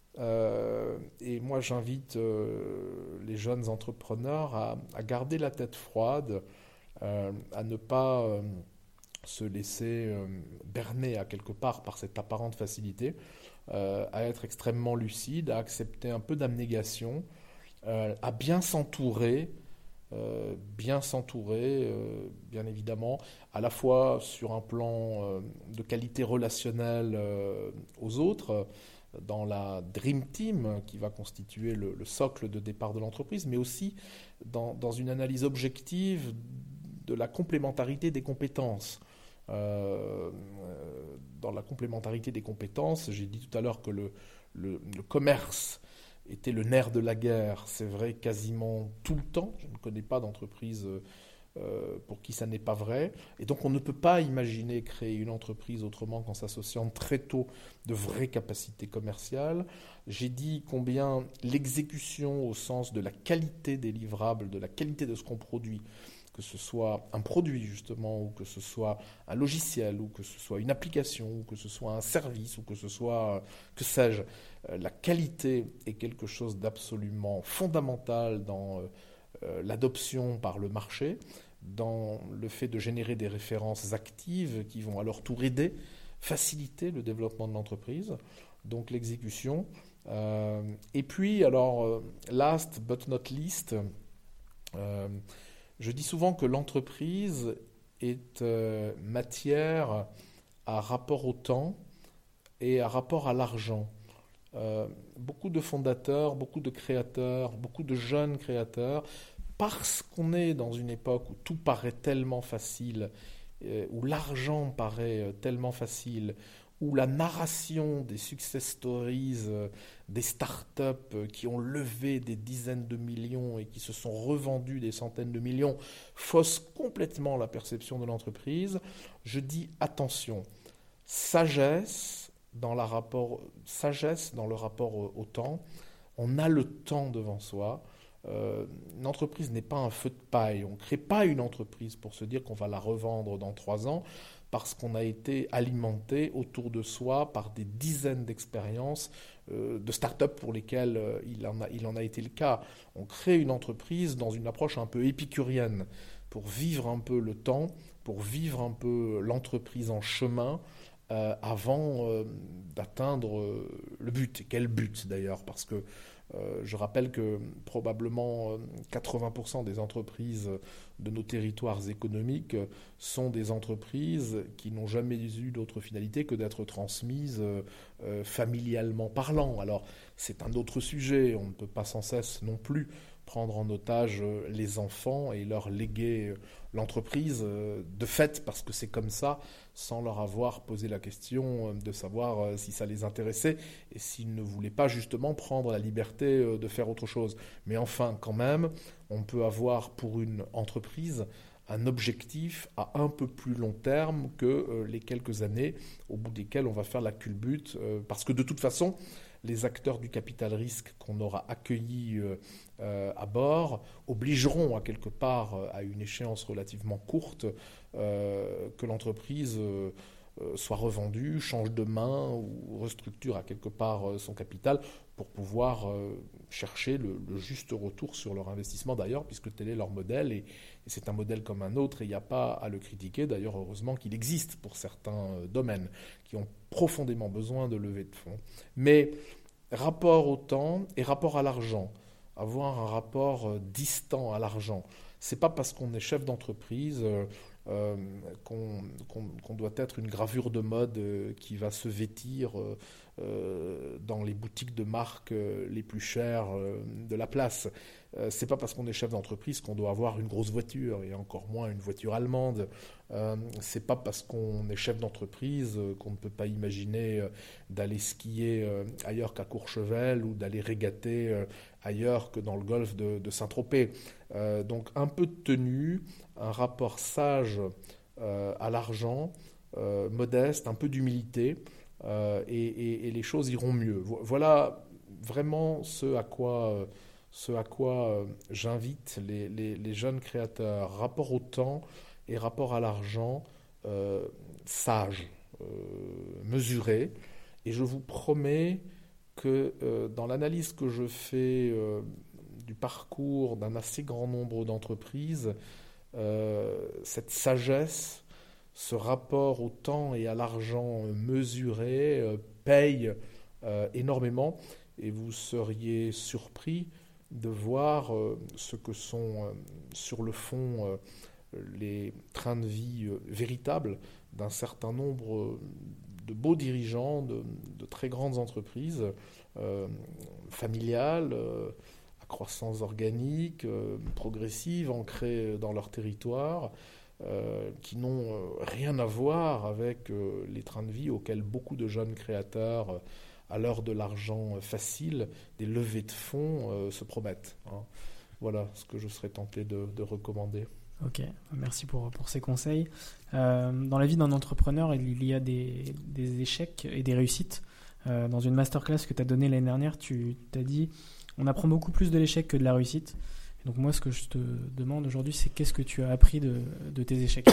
euh, et moi j'invite euh, les jeunes entrepreneurs à, à garder la tête froide, euh, à ne pas euh, se laisser euh, berner à quelque part par cette apparente facilité, euh, à être extrêmement lucide, à accepter un peu d'abnégation, euh, à bien s'entourer, Euh, bien s'entourer, euh, bien évidemment, à la fois sur un plan euh, de qualité relationnelle euh, aux autres, euh, dans la Dream Team qui va constituer le, le socle de départ de l'entreprise, mais aussi dans, dans une analyse objective de la complémentarité des compétences. Euh, dans la complémentarité des compétences, j'ai dit tout à l'heure que le, le, le commerce était le nerf de la guerre, c'est vrai quasiment tout le temps. Je ne connais pas d'entreprise euh, pour qui ça n'est pas vrai. Et donc on ne peut pas imaginer créer une entreprise autrement qu'en s'associant très tôt de vraies capacités commerciales. J'ai dit combien l'exécution au sens de la qualité des livrables, de la qualité de ce qu'on produit, que ce soit un produit justement, ou que ce soit un logiciel, ou que ce soit une application, ou que ce soit un service, ou que ce soit, que sais-je, la qualité est quelque chose d'absolument fondamental dans euh, l'adoption par le marché, dans le fait de générer des références actives qui vont à leur tour aider, faciliter le développement de l'entreprise. Donc l'exécution Euh, et puis, alors, euh, last but not least, euh, je dis souvent que l'entreprise est euh, matière à rapport au temps et à rapport à l'argent. Euh, beaucoup de fondateurs, beaucoup de créateurs, beaucoup de jeunes créateurs, parce qu'on est dans une époque où tout paraît tellement facile, euh, où l'argent paraît euh, tellement facile, où la narration des success stories, euh, des startups euh, qui ont levé des dizaines de millions et qui se sont revendus des centaines de millions fausse complètement la perception de l'entreprise, je dis attention, sagesse dans, la rapport, sagesse dans le rapport au, au temps, on a le temps devant soi. Euh, une entreprise n'est pas un feu de paille. On ne crée pas une entreprise pour se dire qu'on va la revendre dans trois ans parce qu'on a été alimenté autour de soi par des dizaines d'expériences euh, de start-up pour lesquelles euh, il, en a, il en a été le cas. On crée une entreprise dans une approche un peu épicurienne pour vivre un peu le temps, pour vivre un peu l'entreprise en chemin euh, avant euh, d'atteindre euh, le but. Et quel but d'ailleurs? Parce que Euh, je rappelle que probablement quatre-vingts pour cent des entreprises de nos territoires économiques sont des entreprises qui n'ont jamais eu d'autre finalité que d'être transmises euh, familialement parlant. Alors c'est un autre sujet, on ne peut pas sans cesse non plus prendre en otage les enfants et leur léguer l'entreprise de fait parce que c'est comme ça, sans leur avoir posé la question de savoir si ça les intéressait et s'ils ne voulaient pas justement prendre la liberté de faire autre chose. Mais enfin, quand même, on peut avoir pour une entreprise un objectif à un peu plus long terme que les quelques années au bout desquelles on va faire la culbute, parce que de toute façon, les acteurs du capital risque qu'on aura accueillis euh, à bord obligeront à quelque part à une échéance relativement courte euh, que l'entreprise euh, soit revendue, change de main ou restructure à quelque part son capital pour pouvoir euh, chercher le, le juste retour sur leur investissement d'ailleurs, puisque tel est leur modèle et, et c'est un modèle comme un autre et il n'y a pas à le critiquer. D'ailleurs, heureusement qu'il existe pour certains domaines qui ont profondément besoin de lever de fonds. Mais rapport au temps et rapport à l'argent, avoir un rapport euh, distant à l'argent, c'est pas parce qu'on est chef d'entreprise euh, euh, qu'on, qu'on, qu'on doit être une gravure de mode euh, qui va se vêtir euh, euh, dans les boutiques de marque euh, les plus chères euh, de la place. Euh, c'est pas parce qu'on est chef d'entreprise qu'on doit avoir une grosse voiture et encore moins une voiture allemande. Euh, c'est pas parce qu'on est chef d'entreprise euh, qu'on ne peut pas imaginer euh, d'aller skier euh, ailleurs qu'à Courchevel ou d'aller régater euh, ailleurs que dans le golfe de, de Saint-Tropez. Euh, donc un peu de tenue, un rapport sage euh, à l'argent, euh, modeste, un peu d'humilité, euh, et, et, et les choses iront mieux. Voilà vraiment ce à quoi, euh, ce à quoi euh, j'invite les, les, les jeunes créateurs. Rapport au temps et rapport à l'argent euh, sage, euh, mesuré. Et je vous promets que euh, dans l'analyse que je fais euh, du parcours d'un assez grand nombre d'entreprises, euh, cette sagesse, ce rapport au temps et à l'argent mesuré euh, paye euh, énormément et vous seriez surpris de voir euh, ce que sont euh, sur le fond euh, les trains de vie euh, véritables d'un certain nombre de beaux dirigeants de, de très grandes entreprises euh, familiales, euh, à croissance organique, euh, progressive, ancrées dans leur territoire, euh, qui n'ont euh, rien à voir avec euh, les trains de vie auxquels beaucoup de jeunes créateurs, euh, à l'heure de l'argent facile, des levées de fonds, euh, se promettent. Hein. Voilà ce que je serais tenté de, de recommander. Ok, merci pour, pour ces conseils. Euh, dans la vie d'un entrepreneur, il y a des, des échecs et des réussites. Euh, dans une masterclass que tu as donnée l'année dernière, tu t'as dit on apprend beaucoup plus de l'échec que de la réussite. Et donc moi, ce que je te demande aujourd'hui, c'est qu'est-ce que tu as appris de, de tes échecs?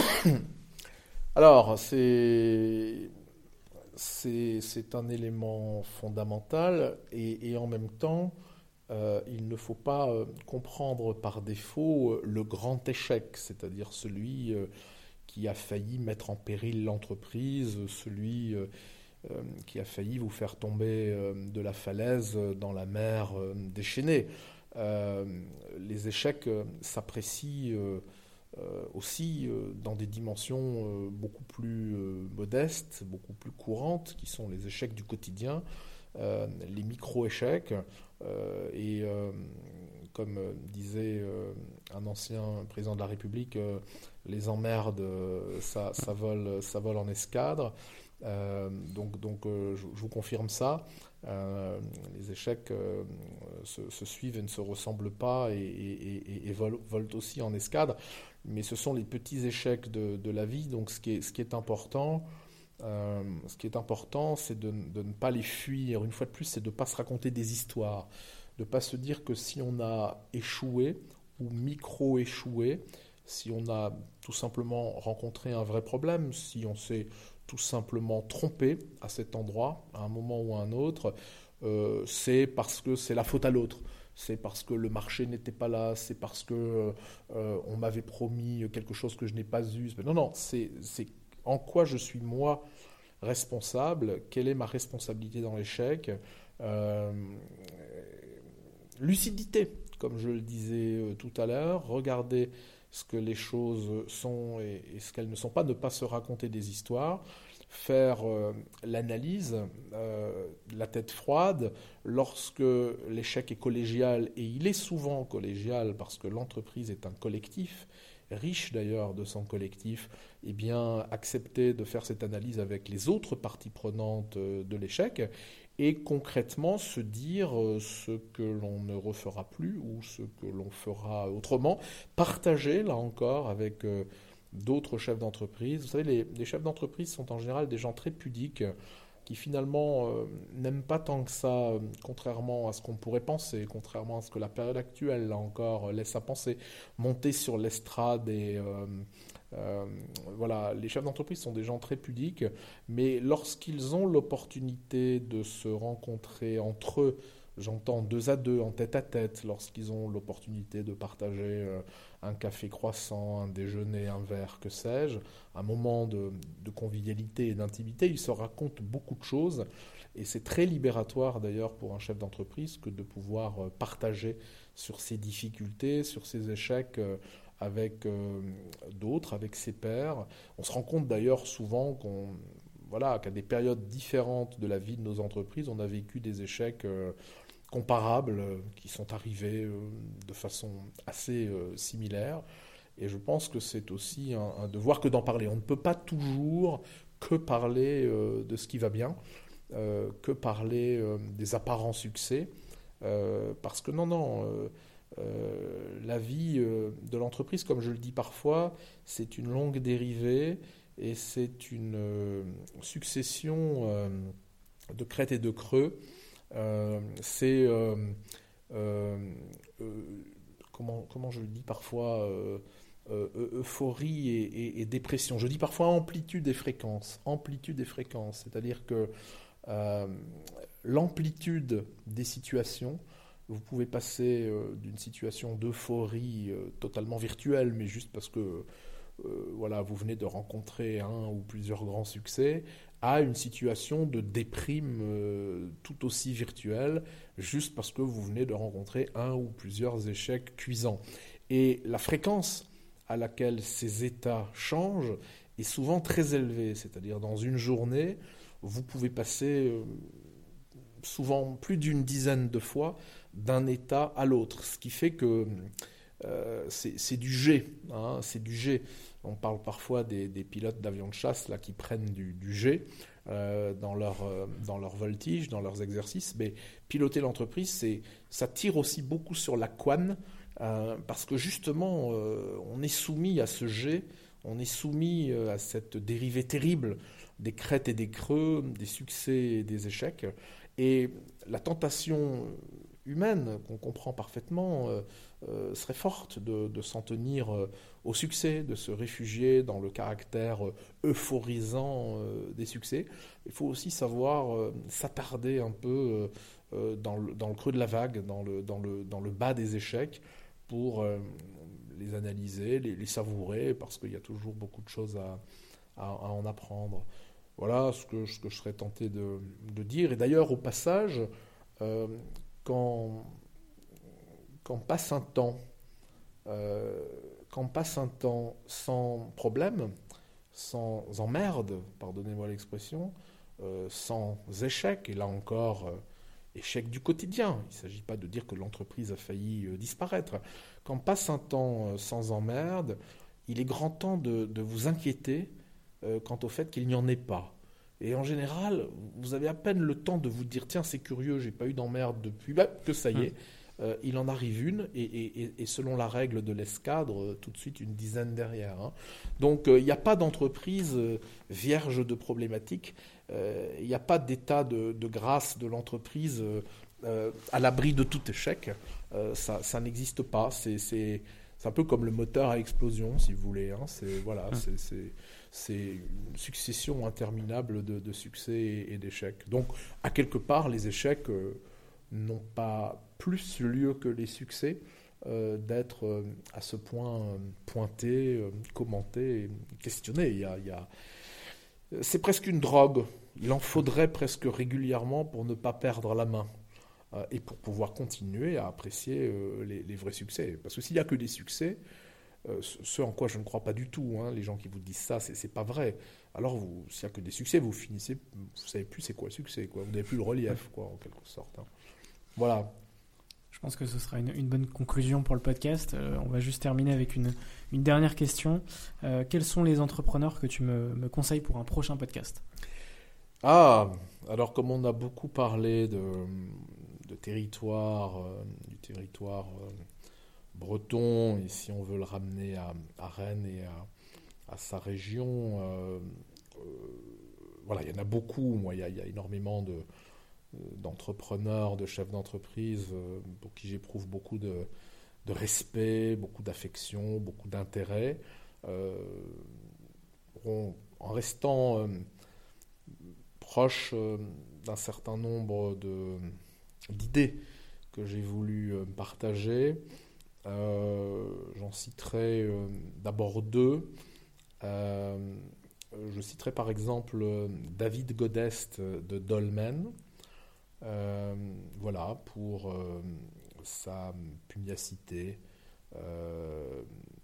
Alors, c'est, c'est, c'est un élément fondamental et, et en même temps, Euh, il ne faut pas euh, comprendre par défaut euh, le grand échec, c'est-à-dire celui euh, qui a failli mettre en péril l'entreprise, celui euh, euh, qui a failli vous faire tomber euh, de la falaise dans la mer euh, déchaînée. Euh, les échecs euh, s'apprécient euh, euh, aussi euh, dans des dimensions euh, beaucoup plus euh, modestes, beaucoup plus courantes, qui sont les échecs du quotidien, euh, les micro-échecs. Euh, et euh, comme euh, disait euh, un ancien président de la République, euh, les emmerdes, euh, ça, ça, vole, ça vole en escadre. Euh, donc donc euh, je, je vous confirme ça. Euh, les échecs euh, se, se suivent et ne se ressemblent pas et, et, et, et volent, volent aussi en escadre. Mais ce sont les petits échecs de, de la vie. Donc ce qui est, ce qui est important, euh, ce qui est important, c'est de, de ne pas les fuir. Une fois de plus, c'est de ne pas se raconter des histoires, de ne pas se dire que si on a échoué ou micro-échoué, si on a tout simplement rencontré un vrai problème, si on s'est tout simplement trompé à cet endroit, à un moment ou à un autre, euh, c'est parce que c'est la faute à l'autre. C'est parce que le marché n'était pas là, c'est parce que euh, on m'avait promis quelque chose que je n'ai pas eu. Non, non, c'est, c'est en quoi je suis moi responsable, quelle est ma responsabilité dans l'échec. Euh, lucidité, comme je le disais tout à l'heure, regardez ce que les choses sont et, et ce qu'elles ne sont pas, ne pas se raconter des histoires, faire euh, l'analyse, euh, la tête froide, lorsque l'échec est collégial, et il est souvent collégial parce que l'entreprise est un collectif, riche d'ailleurs de son collectif, eh bien accepter de faire cette analyse avec les autres parties prenantes de l'échec, et concrètement se dire ce que l'on ne refera plus ou ce que l'on fera autrement, partager là encore avec euh, d'autres chefs d'entreprise. Vous savez, les, les chefs d'entreprise sont en général des gens très pudiques qui finalement euh, n'aiment pas tant que ça, euh, contrairement à ce qu'on pourrait penser, contrairement à ce que la période actuelle là encore laisse à penser, monter sur l'estrade et... Euh, Euh, voilà, les chefs d'entreprise sont des gens très pudiques, mais lorsqu'ils ont l'opportunité de se rencontrer entre eux, j'entends deux à deux, en tête à tête, lorsqu'ils ont l'opportunité de partager euh, un café croissant, un déjeuner, un verre, que sais-je, un moment de, de convivialité et d'intimité, ils se racontent beaucoup de choses, et c'est très libératoire d'ailleurs pour un chef d'entreprise que de pouvoir euh, partager sur ses difficultés, sur ses échecs, euh, avec euh, d'autres, avec ses pairs. On se rend compte d'ailleurs souvent qu'on, voilà, qu'à des périodes différentes de la vie de nos entreprises, on a vécu des échecs euh, comparables euh, qui sont arrivés euh, de façon assez euh, similaire. Et je pense que c'est aussi un, un devoir que d'en parler. On ne peut pas toujours que parler euh, de ce qui va bien, euh, que parler euh, des apparents succès, euh, parce que non, non... Euh, Euh, la vie euh, de l'entreprise, comme je le dis parfois, c'est une longue dérivée et c'est une euh, succession euh, de crêtes et de creux. Euh, c'est euh, euh, euh, comment, comment je le dis parfois euh, euh, euphorie et, et, et dépression. Je dis parfois amplitude et fréquence. Amplitude et fréquence, c'est-à-dire que euh, l'amplitude des situations. Vous pouvez passer euh, d'une situation d'euphorie euh, totalement virtuelle, mais juste parce que euh, voilà, vous venez de rencontrer un ou plusieurs grands succès, à une situation de déprime euh, tout aussi virtuelle, juste parce que vous venez de rencontrer un ou plusieurs échecs cuisants. Et la fréquence à laquelle ces états changent est souvent très élevée, c'est-à-dire dans une journée, vous pouvez passer euh, souvent plus d'une dizaine de fois d'un état à l'autre, ce qui fait que euh, c'est, c'est du jet, hein, c'est du jet. On parle parfois des, des pilotes d'avions de chasse là, qui prennent du, du jet euh, dans, leur, euh, dans leur voltige, dans leurs exercices, mais piloter l'entreprise, c'est, ça tire aussi beaucoup sur la couenne, euh, parce que justement, euh, on est soumis à ce jet, on est soumis à cette dérivée terrible des crêtes et des creux, des succès et des échecs, et la tentation humaine, qu'on comprend parfaitement, euh, euh, serait forte de, de s'en tenir euh, au succès, de se réfugier dans le caractère euh, euphorisant euh, des succès. Il faut aussi savoir euh, s'attarder un peu euh, dans, le, dans le creux de la vague, dans le, dans le, dans le bas des échecs, pour euh, les analyser, les, les savourer, parce qu'il y a toujours beaucoup de choses à, à, à en apprendre. Voilà ce que, ce que je serais tenté de, de dire. Et d'ailleurs, au passage, euh, quand, quand passe un temps, euh, quand passe un temps sans problème, sans emmerde, pardonnez-moi l'expression, euh, sans échec, et là encore, euh, échec du quotidien. Il ne s'agit pas de dire que l'entreprise a failli euh, disparaître. Quand passe un temps euh, sans emmerde, il est grand temps de, de vous inquiéter euh, quant au fait qu'il n'y en ait pas. Et en général, vous avez à peine le temps de vous dire « Tiens, c'est curieux, j'ai pas eu d'emmerde depuis bah, », que ça y est, euh, il en arrive une, et, et, et selon la règle de l'escadre, euh, tout de suite une dizaine derrière. Hein. Donc il euh, n'y a pas d'entreprise euh, vierge de problématiques, il euh, n'y a pas d'état de, de grâce de l'entreprise euh, euh, à l'abri de tout échec, euh, ça, ça n'existe pas, c'est... c'est C'est un peu comme le moteur à explosion, si vous voulez. Hein. C'est, voilà, mmh. c'est, c'est, c'est une succession interminable de, de succès et, et d'échecs. Donc, à quelque part, les échecs euh, n'ont pas plus lieu que les succès euh, d'être euh, à ce point euh, pointés, euh, commentés, questionnés. Il y a, il y a... C'est presque une drogue. Il en faudrait presque régulièrement pour ne pas perdre la main. Et pour pouvoir continuer à apprécier euh, les, les vrais succès. Parce que s'il n'y a que des succès, euh, ce en quoi je ne crois pas du tout, hein, les gens qui vous disent ça, c'est, c'est pas vrai. Alors, vous, s'il n'y a que des succès, vous finissez, vous ne savez plus c'est quoi le succès, quoi. Vous n'avez plus le relief, quoi, en quelque sorte. Hein. Voilà. Je pense que ce sera une, une bonne conclusion pour le podcast. Euh, on va juste terminer avec une, une dernière question. Euh, quels sont les entrepreneurs que tu me, me conseilles pour un prochain podcast ? Ah, alors comme on a beaucoup parlé de... de territoire, euh, du territoire euh, breton, et si on veut le ramener à, à Rennes et à, à sa région, euh, euh, voilà, il y en a beaucoup. Moi, il y a, il y a énormément de, d'entrepreneurs, de chefs d'entreprise euh, pour qui j'éprouve beaucoup de, de respect, beaucoup d'affection, beaucoup d'intérêt. Euh, on, en restant euh, proche euh, d'un certain nombre de d'idées que j'ai voulu euh, partager. Euh, j'en citerai euh, d'abord deux. Euh, je citerai par exemple euh, David Godest de Dolmen. Euh, voilà, pour euh, sa pugnacité, euh,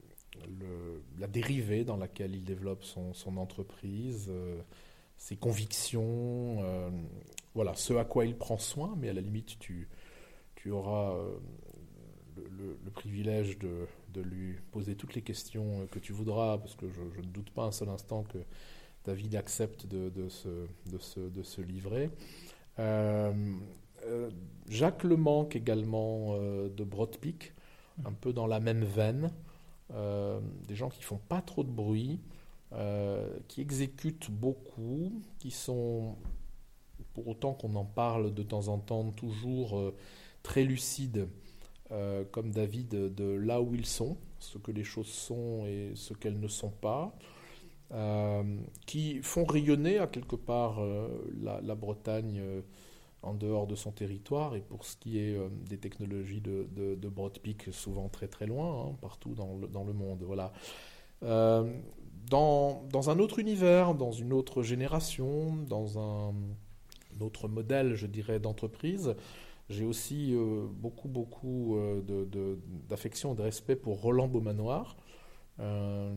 le, la dérivée dans laquelle il développe son, son entreprise, euh, ses convictions, euh, voilà, ce à quoi il prend soin, mais à la limite, tu, tu auras euh, le, le, le privilège de, de lui poser toutes les questions que tu voudras, parce que je, je ne doute pas un seul instant que David accepte de, de, se, de, se, de se livrer. Euh, euh, Jacques Lemanque également euh, de Broadpeak, un peu dans la même veine, euh, des gens qui font pas trop de bruit, euh, qui exécutent beaucoup, qui sont, pour autant qu'on en parle de temps en temps, toujours euh, très lucides, euh, comme David, de là où ils sont, ce que les choses sont et ce qu'elles ne sont pas. Euh, qui font rayonner à quelque part euh, la, la Bretagne euh, en dehors de son territoire, et pour ce qui est euh, des technologies de, de, de Broadpeak, souvent très très loin, hein, partout dans le, dans le monde. Voilà. Euh, dans, dans un autre univers, dans une autre génération, dans un, un autre modèle, je dirais, d'entreprise, j'ai aussi euh, beaucoup beaucoup euh, de, de, d'affection et de respect pour Roland Beaumanoir, Euh,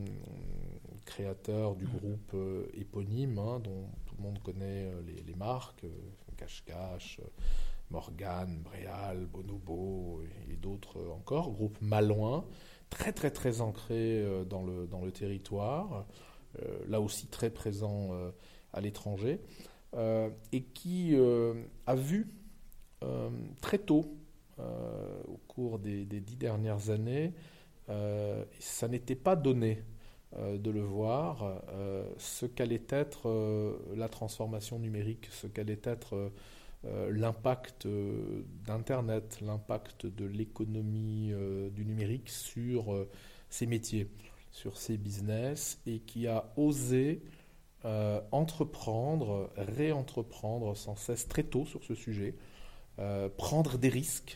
créateur du groupe euh, éponyme, hein, dont tout le monde connaît euh, les, les marques, euh, Cache-Cache, euh, Morgane, Bréal, Bonobo et, et d'autres encore, groupe malouin, très très très ancré euh, dans, le, dans le territoire, euh, là aussi très présent euh, à l'étranger, euh, et qui euh, a vu euh, très tôt, euh, au cours des, des dix dernières années, Euh, ça n'était pas donné euh, de le voir, euh, ce qu'allait être euh, la transformation numérique, ce qu'allait être euh, l'impact euh, d'Internet, l'impact de l'économie euh, du numérique sur euh, ces métiers, sur ces business, et qui a osé euh, entreprendre, réentreprendre sans cesse très tôt sur ce sujet, euh, prendre des risques,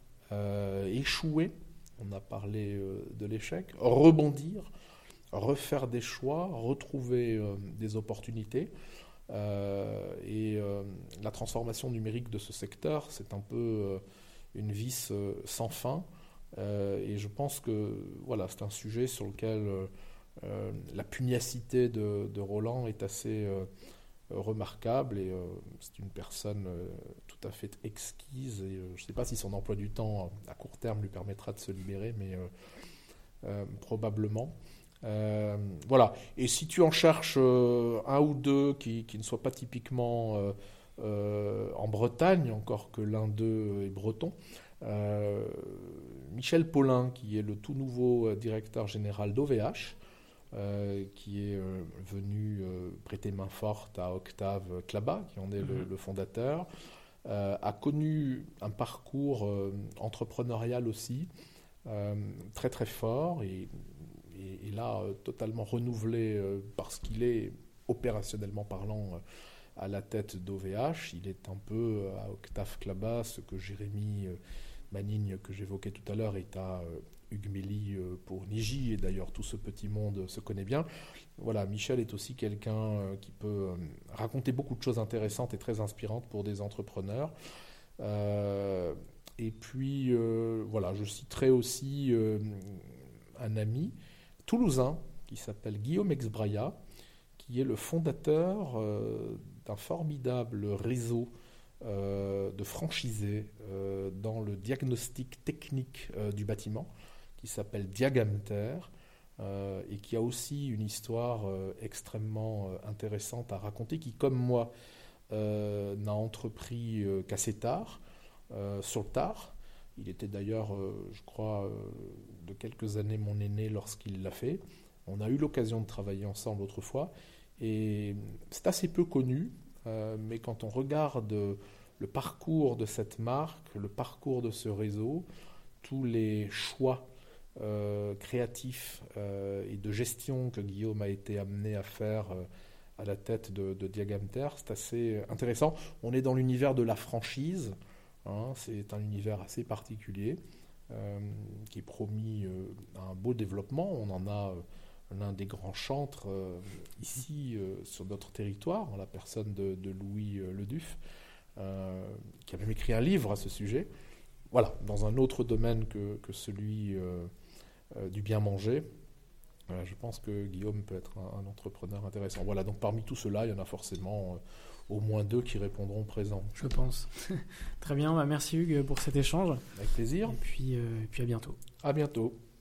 euh, échouer. On a parlé euh, de l'échec, rebondir, refaire des choix, retrouver euh, des opportunités. Euh, et euh, la transformation numérique de ce secteur, c'est un peu euh, une vis euh, sans fin. Euh, et je pense que voilà, c'est un sujet sur lequel euh, euh, la pugnacité de, de Roland est assez euh, remarquable. Et euh, c'est une personne euh, tout à fait exquise. Et euh, je ne sais pas si son emploi du temps à court terme lui permettra de se libérer, mais euh, euh, probablement. Euh, voilà. Et si tu en cherches euh, un ou deux qui, qui ne soient pas typiquement euh, euh, en Bretagne, encore que l'un d'eux est breton, euh, Michel Paulin, qui est le tout nouveau directeur général d'O V H, euh, qui est euh, venu euh, prêter main forte à Octave Klaba, qui en est le, le fondateur, euh, a connu un parcours euh, entrepreneurial aussi euh, très très fort et Et, et là, euh, totalement renouvelé euh, parce qu'il est, opérationnellement parlant, euh, à la tête d'O V H. Il est un peu euh, à Octave Klaba, ce que Jérémy euh, Manigne, que j'évoquais tout à l'heure, est à euh, Hugues Mély euh, pour Niji, et d'ailleurs tout ce petit monde se connaît bien. Voilà, Michel est aussi quelqu'un euh, qui peut euh, raconter beaucoup de choses intéressantes et très inspirantes pour des entrepreneurs. Euh, et puis, euh, voilà, je citerai aussi euh, un ami toulousain qui s'appelle Guillaume Exbraya, qui est le fondateur euh, d'un formidable réseau euh, de franchisés euh, dans le diagnostic technique euh, du bâtiment, qui s'appelle Diagamter, euh, et qui a aussi une histoire euh, extrêmement euh, intéressante à raconter, qui, comme moi, euh, n'a entrepris euh, qu'assez tard, euh, sur le tard. Il était d'ailleurs, euh, je crois, euh, de quelques années mon aîné lorsqu'il l'a fait. On a eu l'occasion de travailler ensemble autrefois. Et c'est assez peu connu, euh, mais quand on regarde le parcours de cette marque, le parcours de ce réseau, tous les choix euh, créatifs euh, et de gestion que Guillaume a été amené à faire euh, à la tête de, de Diagamter, c'est assez intéressant. On est dans l'univers de la franchise. Hein, c'est un univers assez particulier euh, qui est promis euh, à un beau développement. On en a euh, l'un des grands chantres euh, ici euh, sur notre territoire, en la personne de, de Louis euh, Leduf, euh, qui a même écrit un livre à ce sujet. Voilà, dans un autre domaine que, que celui euh, euh, du bien manger. Voilà, je pense que Guillaume peut être un, un entrepreneur intéressant. Voilà, donc parmi tout cela, il y en a forcément euh, au moins deux qui répondront présents. Je pense. Très bien, bah merci Hugues pour cet échange. Avec plaisir. Et puis, euh, et puis à bientôt. À bientôt.